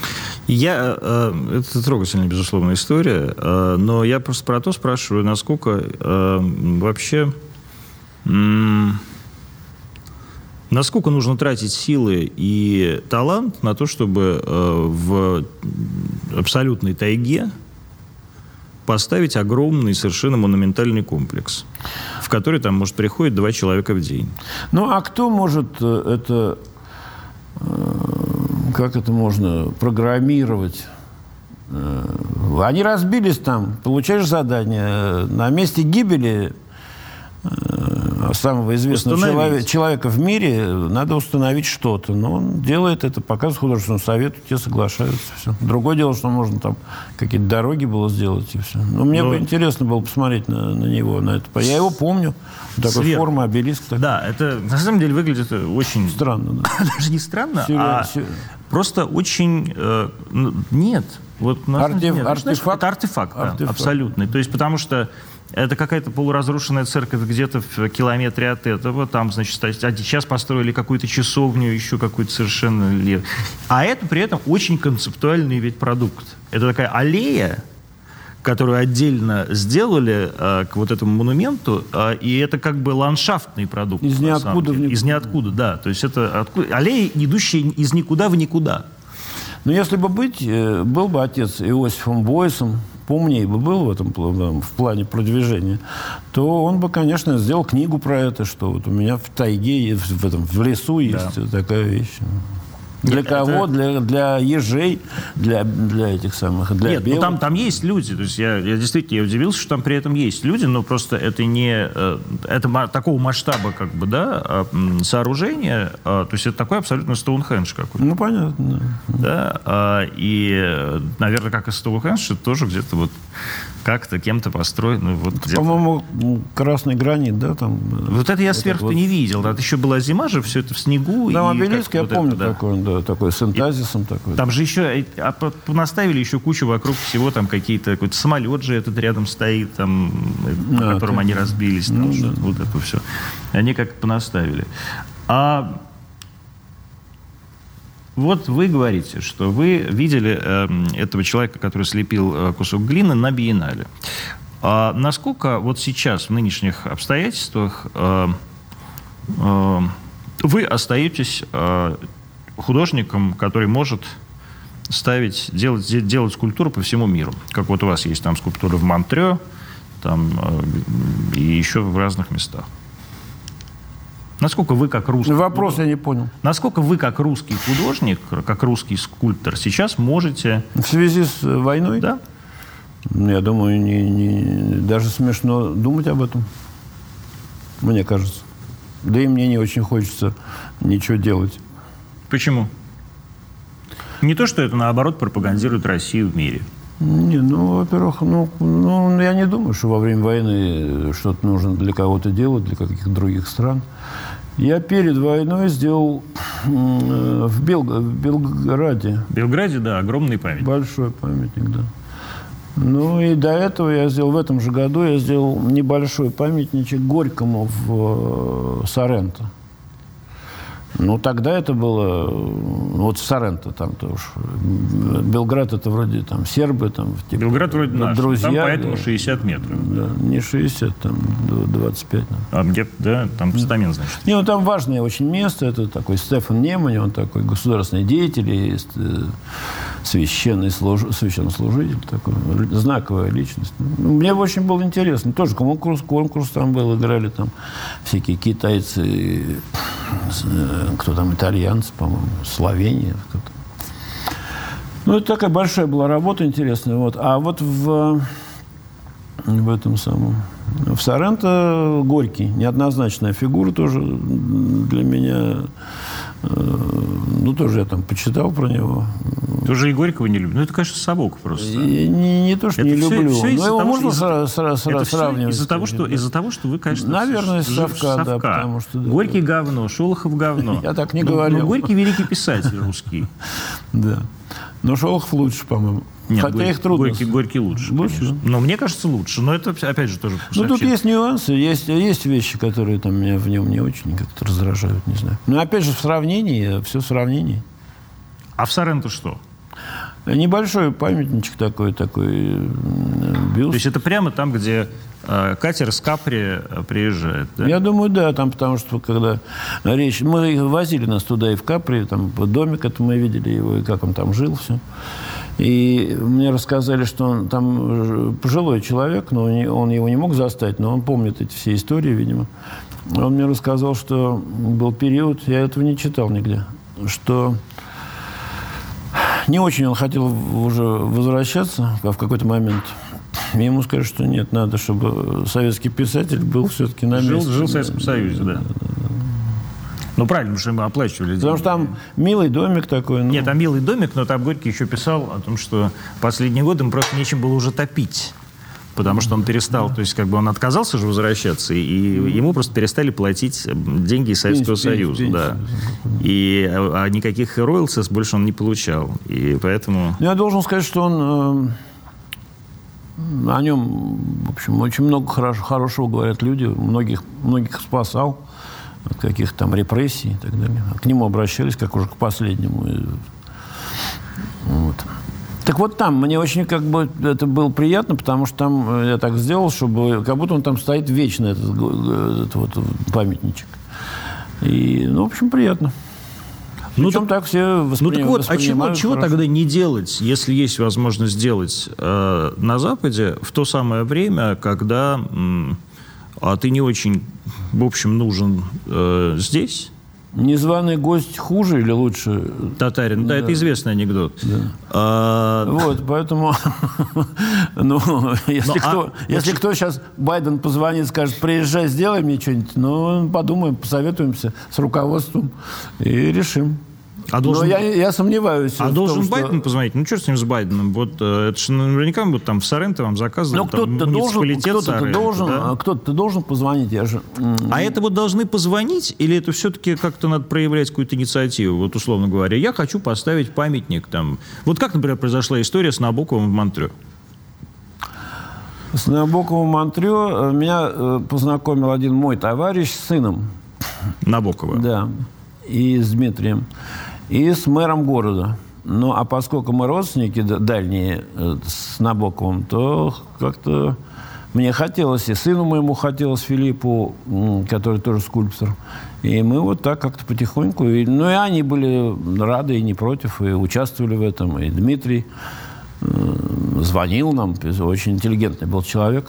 Это трогательная, безусловно, история, но я просто про то спрашиваю, насколько вообще... Насколько нужно тратить силы и талант на то, чтобы в абсолютной тайге поставить огромный, совершенно монументальный комплекс, в который там, может, приходит 2 человека в день. Ну, а кто может это... Как это можно программировать? Они разбились там, получаешь задание. На месте гибели самого известного человека в мире надо установить что-то. Но он делает это, показывает художественному совету, те соглашаются. Все. Другое дело, что можно там какие-то дороги было сделать и все. Но мне бы интересно было посмотреть на него, на это. Я его помню. Такой форма, обелиск. Такой. Да, это на самом деле выглядит очень... Странно, да. Даже не странно, просто очень... Нет. Вот, артефакт? Это артефакт, да, абсолютный. То есть, потому что это какая-то полуразрушенная церковь где-то в километре от этого. Там, значит, сейчас построили какую-то часовню, еще какую-то совершенно... А это при этом очень концептуальный ведь продукт. Это такая аллея, которую отдельно сделали к вот этому монументу, и это как бы ландшафтный продукт. Из ниоткуда в никуда. Из ниоткуда, да. То есть это аллея, идущая из никуда в никуда. Но если бы был бы отец Иосифом Бойсом, поумнее бы был в этом в плане продвижения, то он бы, конечно, сделал книгу про это, что вот у меня в тайге, в лесу есть такая вещь. Для кого? Для ежей, для этих самых, для белых. Нет, там есть люди. То есть я действительно удивился, что там при этом есть люди, но просто это не... Это такого масштаба, как бы, да, сооружения. То есть это такой абсолютно Стоунхендж какой-то. Ну, понятно. Да. И, наверное, как и Стоунхендж, это тоже где-то вот как-то кем-то построено. Вот по-моему, красный гранит, да? Там, вот это я сверху не видел. Это еще была зима же, все это в снегу. Там обелиск, я помню, такой, да, такой с энтазисом. Такой. Там же еще наставили еще кучу вокруг всего, там какой-то самолет же этот рядом стоит, там, на котором они разбились. Там, вот это все. Они как-то понаставили. Вот вы говорите, что вы видели этого человека, который слепил кусок глины на биеннале. А насколько вот сейчас, в нынешних обстоятельствах, вы остаетесь художником, который может делать скульптуру по всему миру? Как вот у вас есть там скульптура в Монтрео, там, и еще в разных местах. Насколько вы как русский... Вопрос я не понял. Насколько вы как русский художник, как русский скульптор сейчас можете... В связи с войной? Да. Я думаю, даже смешно думать об этом. Мне кажется. Да и мне не очень хочется ничего делать. Почему? Не то, что это, наоборот, пропагандирует Россию в мире. Не, во-первых, я не думаю, что во время войны что-то нужно для кого-то делать, для каких-то других стран. Я перед войной сделал в Белграде. В Белграде, да, огромный памятник. Большой памятник, да. Ну и до этого в этом же году я сделал небольшой памятничек Горькому в Соренто. Ну, тогда это было... Вот в Соренто там-то уж... Белград это вроде там сербы, там... Типа, Белград вроде наш, друзья, там поэтому 60 метров. Да, не 60, там 25. А где-то, да, там постамент, значит. Не, ну там важное очень место. Это такой Стефан Немань, он такой государственный деятель, и священнослужитель, такой, знаковая личность. Ну, мне очень было интересно. Тоже конкурс там был, играли там всякие китайцы, кто там, итальянцы, по-моему, Словения. Кто-то. Ну, это такая большая была работа интересная. Вот. А вот в этом самом... В Соренто Горький. Неоднозначная фигура тоже для меня. Ну, тоже я там почитал про него. Ты уже и Горького не любишь? Ну, это, конечно, совок просто. Не то, что это не люблю. Но его можно сравнивать. Из-за того, что вы, конечно... Наверное, из совка, да. Потому что, да, Горький говно, Шолохов говно. Я так не говорил. Но Горький великий писатель русский. Да. Но Шолохов лучше, по-моему. Нет, хотя их трудно. Горький лучше. Лучше? Но мне кажется, лучше. Но это, опять же, тоже... Ну, тут есть нюансы. Есть вещи, которые там меня в нем не очень как-то раздражают, не знаю. Но, опять же, в сравнении, все в сравнении. А в Соренто что? Небольшой памятничек такой бюст. То есть это прямо там, где катер с Капри приезжает, да? Я думаю, да, там, потому что когда речь... Мы возили нас туда и в Капри, там домик это мы видели его, и как он там жил, все. И мне рассказали, что он там пожилой человек, но он его не мог застать, но он помнит эти все истории, видимо. Он мне рассказал, что был период, я этого не читал нигде, что не очень он хотел уже возвращаться в какой-то момент. Ему сказали, что нет, надо, чтобы советский писатель был все-таки на месте. Жил в Советском Союзе, да. Ну, правильно, потому что ему оплачивали деньги. Потому что там милый домик такой. Ну... Нет, там милый домик, но там Горький еще писал о том, что последние годы ему просто нечем было уже топить. Потому что он перестал, то есть как бы он отказался же возвращаться, и ему просто перестали платить деньги из Советского Союза. Да. И никаких роялтис больше он не получал. И поэтому... Я должен сказать, что он... О нем, в общем, очень много хорошего говорят люди. Многих спасал от каких-то там репрессий и так далее. К нему обращались, как уже к последнему. Вот. Так вот там, мне очень как бы это было приятно, потому что там я так сделал, чтобы как будто он там стоит вечно, этот вот памятничек. И, ну, в общем, приятно. Причем так все воспринимают. Ну так вот, а чего тогда не делать, если есть возможность сделать на Западе в то самое время, когда ты не очень, в общем, нужен здесь? Незваный гость хуже или лучше? Татарин, да, это известный анекдот. Да. Вот, поэтому, если кто сейчас Байден позвонит, скажет, приезжай, сделай мне что-нибудь, ну, подумаем, посоветуемся с руководством и решим. Но я сомневаюсь. А должен Байден позвонить? Ну, черт с ним, с Байденом. Вот это же наверняка будут там в Соренто вам заказывают. Кто-то должен позвонить. А это вот должны позвонить? Или это все-таки как-то надо проявлять какую-то инициативу? Вот, условно говоря, я хочу поставить памятник там. Вот как, например, произошла история с Набоковым в Монтрё? С Набоковым в Монтрё меня познакомил один мой товарищ с сыном Набокова? Да. И с Дмитрием. И с мэром города. Ну, а поскольку мы родственники дальние с Набоковым, то как-то мне хотелось, и сыну моему хотелось, Филиппу, который тоже скульптор. И мы вот так как-то потихоньку. И они были рады и не против, и участвовали в этом. И Дмитрий звонил нам, очень интеллигентный был человек.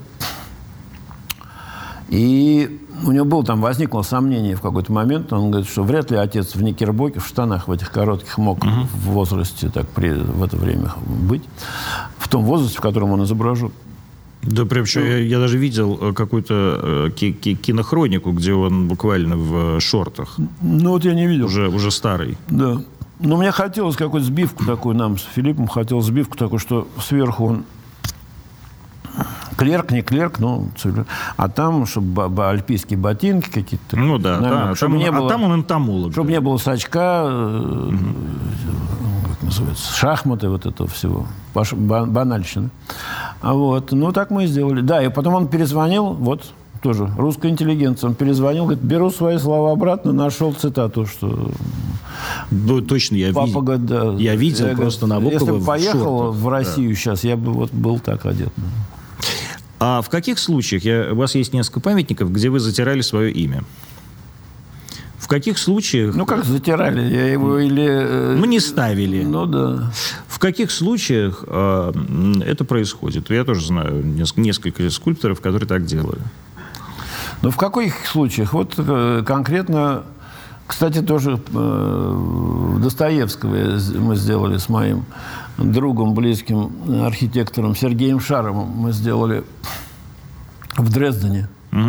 И у него возникло сомнение в какой-то момент. Он говорит, что вряд ли отец в никербоке, в штанах в этих коротких мог в возрасте в это время быть. В том возрасте, в котором он изображен. Да, прям я даже видел какую-то кинохронику, где он буквально в шортах. Ну, вот я не видел. Уже старый. Да. Но мне хотелось какую-то сбивку такую, нам с Филиппом хотелось сбивку такую, что сверху он клерк, не клерк, а там, чтобы альпийские ботинки какие-то. Ну да, чтобы не было, там он энтомолог. Чтобы не было сачка, как называется, шахматы, вот этого всего, банальщины. Вот. Ну, так мы и сделали. Да, и потом он перезвонил, вот, тоже русская интеллигенция, он перезвонил, говорит, беру свои слова обратно, нашел цитату, что... Ну, точно, я Папа видел. говорит, да. Я видел просто Набокова если бы поехал в в Россию сейчас, я бы вот был так одет. А в каких случаях, у вас есть несколько памятников, где вы затирали свое имя? В каких случаях... Ну, как затирали? Я его или... Мы не ставили. Ну, да. В каких случаях это происходит? Я тоже знаю несколько скульпторов, которые так делали. Ну, в каких случаях? Вот конкретно, кстати, тоже Достоевского мы сделали с моим другом, близким архитектором Сергеем Шаровым. Мы сделали в Дрездене.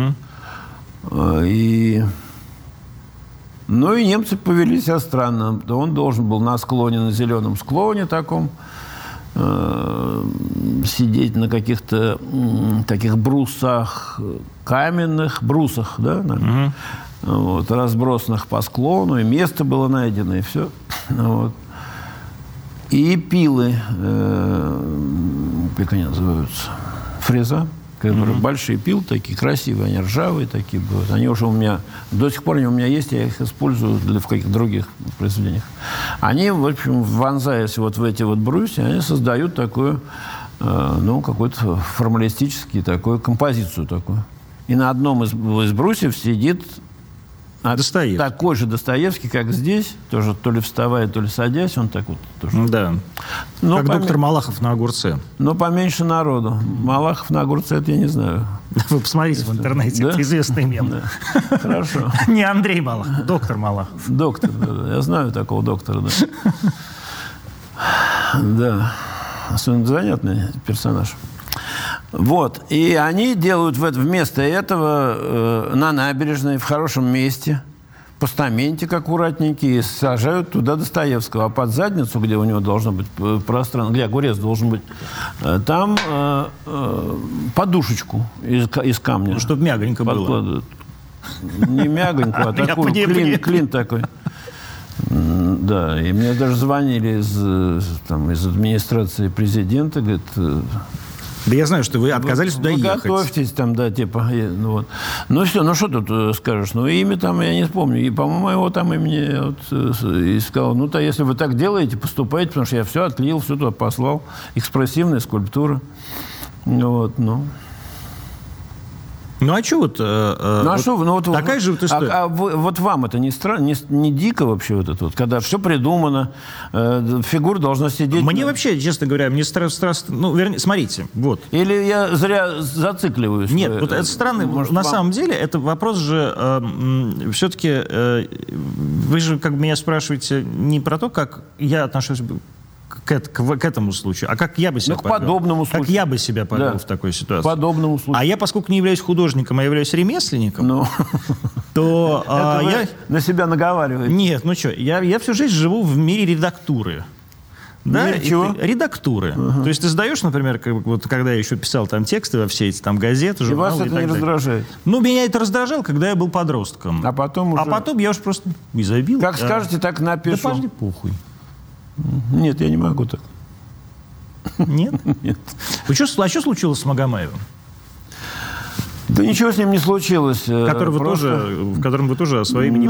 И... Ну, и немцы повели себя странно. Он должен был на склоне, на зеленом склоне таком, сидеть на каких-то таких брусах, каменных брусах, да, вот, разбросанных по склону, и место было найдено, и все. Вот. И пилы, как они называются, фреза. Большие пилы такие, красивые, они ржавые такие будут. Они уже у меня, до сих пор они у меня есть, я их использую в каких-то других произведениях. Они, в общем, вонзаясь вот в эти вот брусья, они создают такую, ну, какую-то формалистическую такую композицию такую. И на одном из брусьев сидит Достоевский. Такой же Достоевский, как здесь, тоже то ли вставая, то ли садясь, он так вот тоже. Да. Но как доктор Малахов на огурце. Но поменьше народу. Малахов на огурце, это я не знаю. Вы посмотрите в интернете, да? Это известный мем. Да. Хорошо. Не Андрей Малахов, доктор Малахов. Доктор, да. Я знаю такого доктора, да. Да. Особенно занятный персонаж. Вот. И они делают вместо этого на набережной, в хорошем месте, постаменте аккуратненький, сажают туда Достоевского. А под задницу, где у него должно быть пространство, где огурец должен быть, там подушечку из камня. Ну, чтобы мягонько было. Не мягонько, а такой клин такой. Да, и мне даже звонили из администрации президента, говорит... Да я знаю, что вы отказались туда ехать. Готовьтесь там, да, типа. Ну, вот. Ну все, ну что тут скажешь? Ну имя там я не вспомню. И, по-моему, его там имени вот, и сказал, ну то если вы так делаете, поступайте, потому что я все отклеил, все туда послал. Экспрессивная скульптура. Вот, ну. Ну а что вот... такая же вот история. Вот вам это не странно, не дико вообще вот это вот, когда все придумано, фигура должна сидеть... Мне вообще, честно говоря, мне страшно... Ну, вернее, смотрите, вот. Или я зря зацикливаюсь? Нет, вот это странно. На самом деле, это вопрос же... все-таки... вы же как бы меня спрашиваете не про то, как я отношусь... К этому случаю. А как я бы себя повел? К подобному случаю. Как я бы себя повел в такой ситуации? К подобному случаю. А я, поскольку не являюсь художником, а являюсь ремесленником, то я... на себя наговариваете. Нет, ну что, я всю жизнь живу в мире редактуры. Да? Чего? Редактуры. То есть ты сдаешь, например, вот когда я еще писал там тексты во все эти там газеты, журналы и вас это не раздражает? Ну, меня это раздражало, когда я был подростком. А потом я уж просто и забил. Как скажете, так напишу. Да пошли похуй. Нет, я не могу так. Нет? Нет. А что случилось с Магомаевым? Да ничего с ним не случилось. В котором вы тоже свое имя не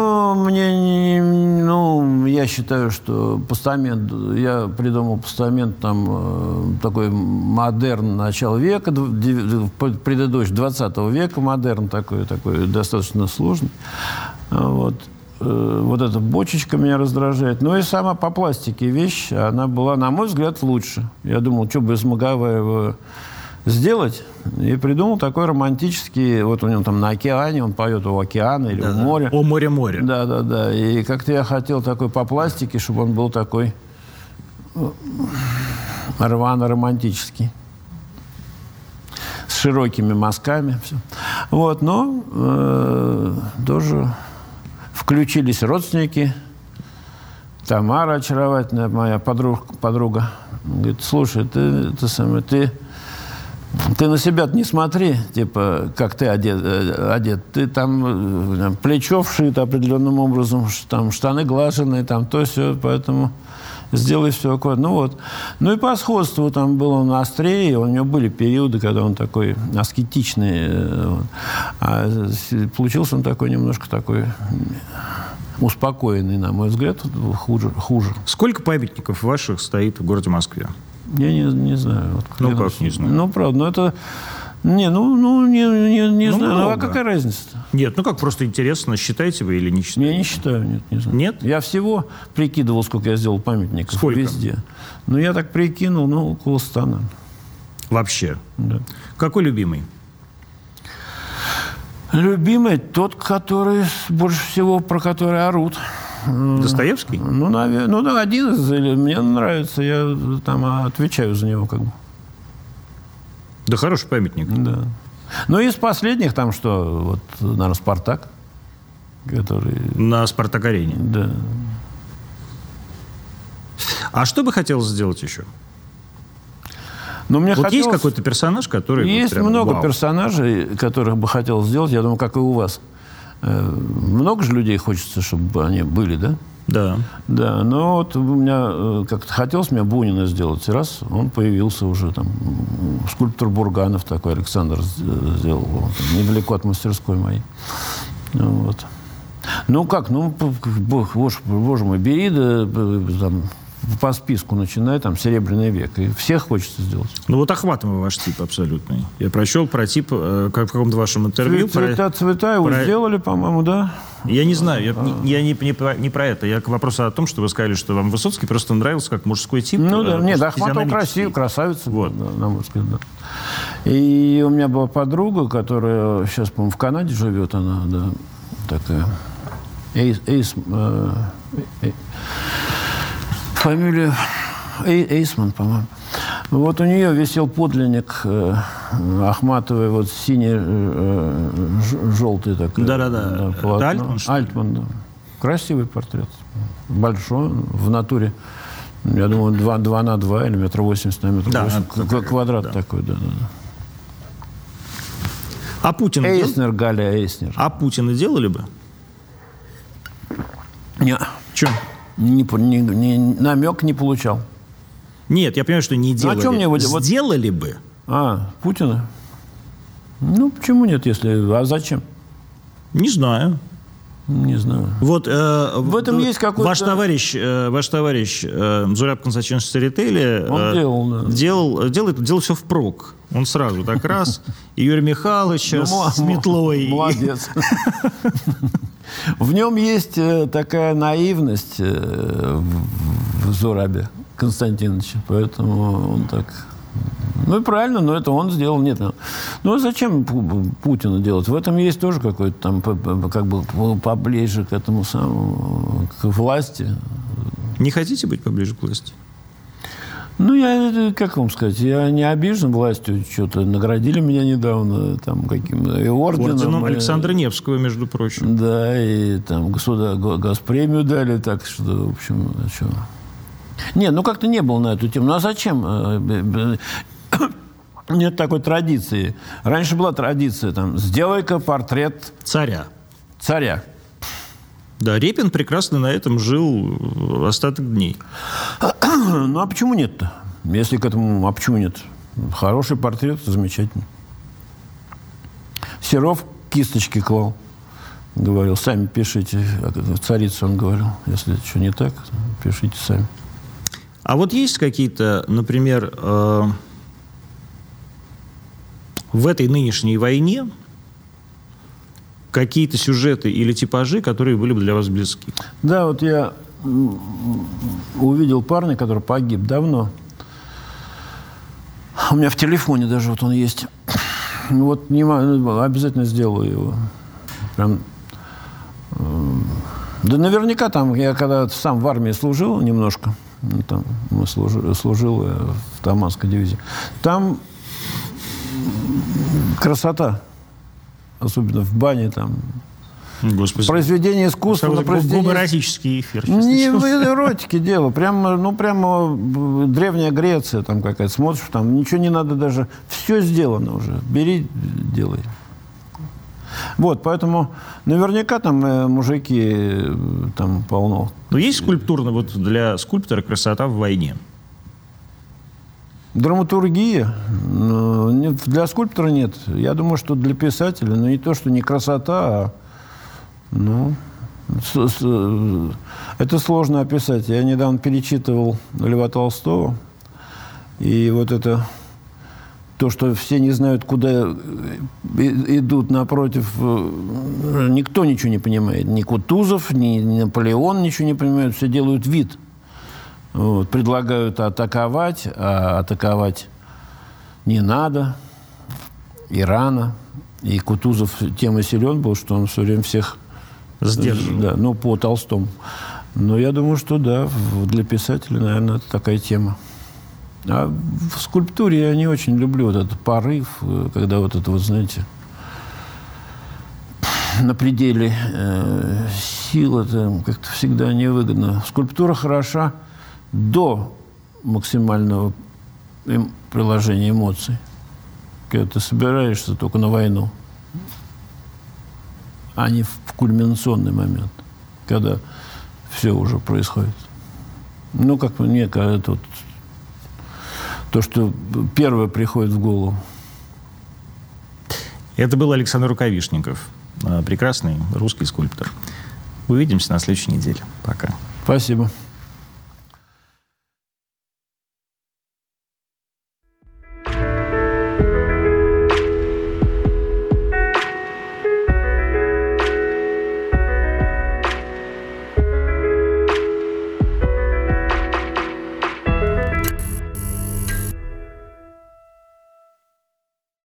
поставили. Я считаю, что постамент, я придумал постамент там такой модерн начала века, предыдущий 20 века модерн такой достаточно сложный. Вот. Вот эта бочечка меня раздражает. Ну и сама по пластике вещь, она была, на мой взгляд, лучше. Я думал, что бы из Магомаева сделать. И придумал такой романтический... Вот у него там на океане, он поет у океана или у моря. О море-море. Да. И как-то я хотел такой по пластике, чтобы он был такой рвано-романтический. С широкими мазками. Все. Вот, но тоже... Включились родственники. Тамара очаровательная, моя подруга. Говорит, слушай, ты на себя не смотри, типа, как ты одет. Ты плечо вшито определенным образом, там штаны глаженные, там то все, поэтому сделай все аккуратно. Ну вот. Ну и по сходству там был он острее, у него были периоды, когда он такой аскетичный. Вот. А получился он такой немножко такой успокоенный, на мой взгляд, хуже. Сколько памятников ваших стоит в городе Москве? Я не знаю. Вот, ну, как не знаю? Ну, правда, но это... Не знаю. Много. Ну, а какая разница-то? Нет, ну как, просто интересно, считаете вы или не считаете? Я не считаю, нет, не знаю. Нет? Я всего прикидывал, сколько я сделал памятников. Сколько? Везде. Ну, я так прикинул, около 100, наверное. Вообще? Да. Какой любимый? Любимый тот, который больше всего, про который орут. Достоевский? Ну, наверное, да, один из, мне нравится, я там отвечаю за него как бы. Да хороший памятник. Да. Ну, из последних там что, вот, наверное, «Спартак», который... На «Спартак-арене». Да. А что бы хотелось сделать еще? Но мне вот хотелось... есть какой-то персонаж, который... Есть вот прям, много вау. персонажей, которых бы хотел сделать, я думаю, как и у вас. Много же людей хочется, чтобы они были, да? Да. Да, но вот у меня как-то хотелось мне Бунина сделать. И раз он появился уже там. Скульптор Бурганов такой, Александр сделал его, там, недалеко от мастерской моей. Вот. Ну как, боже мой, бери, да, там, по списку начинай, там, «Серебряный век». И всех хочется сделать. Ну вот Ахматова ваш тип абсолютный. Я прочел про тип, как в каком-то вашем интервью. Цвета его сделали, по-моему, да? Я не знаю, я не про это. Я к вопросу о том, что вы сказали, что вам Высоцкий просто нравился как мужской тип. Ну да, нет, Ахматова красивая, красавица, вот. Да, на мой взгляд, да. И у меня была подруга, которая сейчас, по-моему, в Канаде живет, она, да, такая, фамилия Эйсман, по-моему. Вот у нее висел подлинник Ахматовой, вот синий-желтый такой. Да-да-да. Альтман? Альтман, да. Красивый портрет. Большой, в натуре. Я думаю, 2 на 2 или 1,80 на 1,80 м. Квадрат да. такой, да. А Путин... Эйснер, Галя Эйснер. А Путина делали бы? Нет. Чем? Намек не получал. Нет, я понимаю, что не делали. Ну, а чем мне вот... Сделали бы? Путина? Ну, почему нет, если... А зачем? Не знаю. Не знаю. Вот в этом есть какой-то... Ваш товарищ Зураб Константинович Церетели он делал все впрок. Он сразу так раз, и Юрия Михайловича с метлой. Молодец. В нем есть такая наивность в Зурабе Константиновиче, поэтому он так... Ну и правильно, но это он сделал. Нет, ну а зачем Путину делать? В этом есть тоже какой-то там, как бы поближе к этому самому, к власти. Не хотите быть поближе к власти? Ну, я, как вам сказать, я не обижен властью. Что-то наградили меня недавно там каким-то орденом. Александра Невского, между прочим. Да, и там госпремию дали, так что, в общем, что... Нет, ну как-то не было на эту тему. Ну а зачем? Нет такой традиции. Раньше была традиция, там, сделай-ка портрет царя. Да, Репин прекрасно на этом жил остаток дней. Ну а почему нет-то? Если к этому, а почему нет? Хороший портрет, замечательно. Серов кисточки клал. Говорил, сами пишите. Царицу он говорил. Если что не так, пишите сами. А вот есть какие-то, например, в этой нынешней войне какие-то сюжеты или типажи, которые были бы для вас близки? Да, вот я увидел парня, который погиб давно. У меня в телефоне даже вот он есть. Вот обязательно сделаю его. Прям... Да наверняка там, я когда сам в армии служил немножко, там служил в Таманской дивизии, там красота, особенно в бане там. Господи. Произведение искусства. Гомеротический эфир. Не в эротике дело. Прямо Древняя Греция там какая-то. Смотришь, там ничего не надо даже. Все сделано уже. Бери, делай. Вот, поэтому наверняка там мужики там полно. Но есть скульптурно, вот для скульптора красота в войне? Драматургия? Для скульптора нет. Я думаю, что для писателя, но не то, что не красота, а это сложно описать. Я недавно перечитывал Льва Толстого, и вот это то, что все не знают, куда идут напротив, никто ничего не понимает. Ни Кутузов, ни Наполеон ничего не понимают, все делают вид. Вот, предлагают атаковать, а атаковать не надо, и рано. И Кутузов тем и силен был, что он все время всех сдерживал. Да, ну, по Толстому. Но я думаю, что да, для писателя, наверное, это такая тема. А в скульптуре я не очень люблю вот этот порыв, когда вот это, вот, знаете, на пределе сил, это как-то всегда невыгодно. Скульптура хороша до максимального приложения эмоций. Когда ты собираешься только на войну, а не в кульминационный момент, когда все уже происходит. Ну, как мне кажется, вот, то, что первое приходит в голову. Это был Александр Рукавишников, прекрасный русский скульптор. Увидимся на следующей неделе. Пока. Спасибо.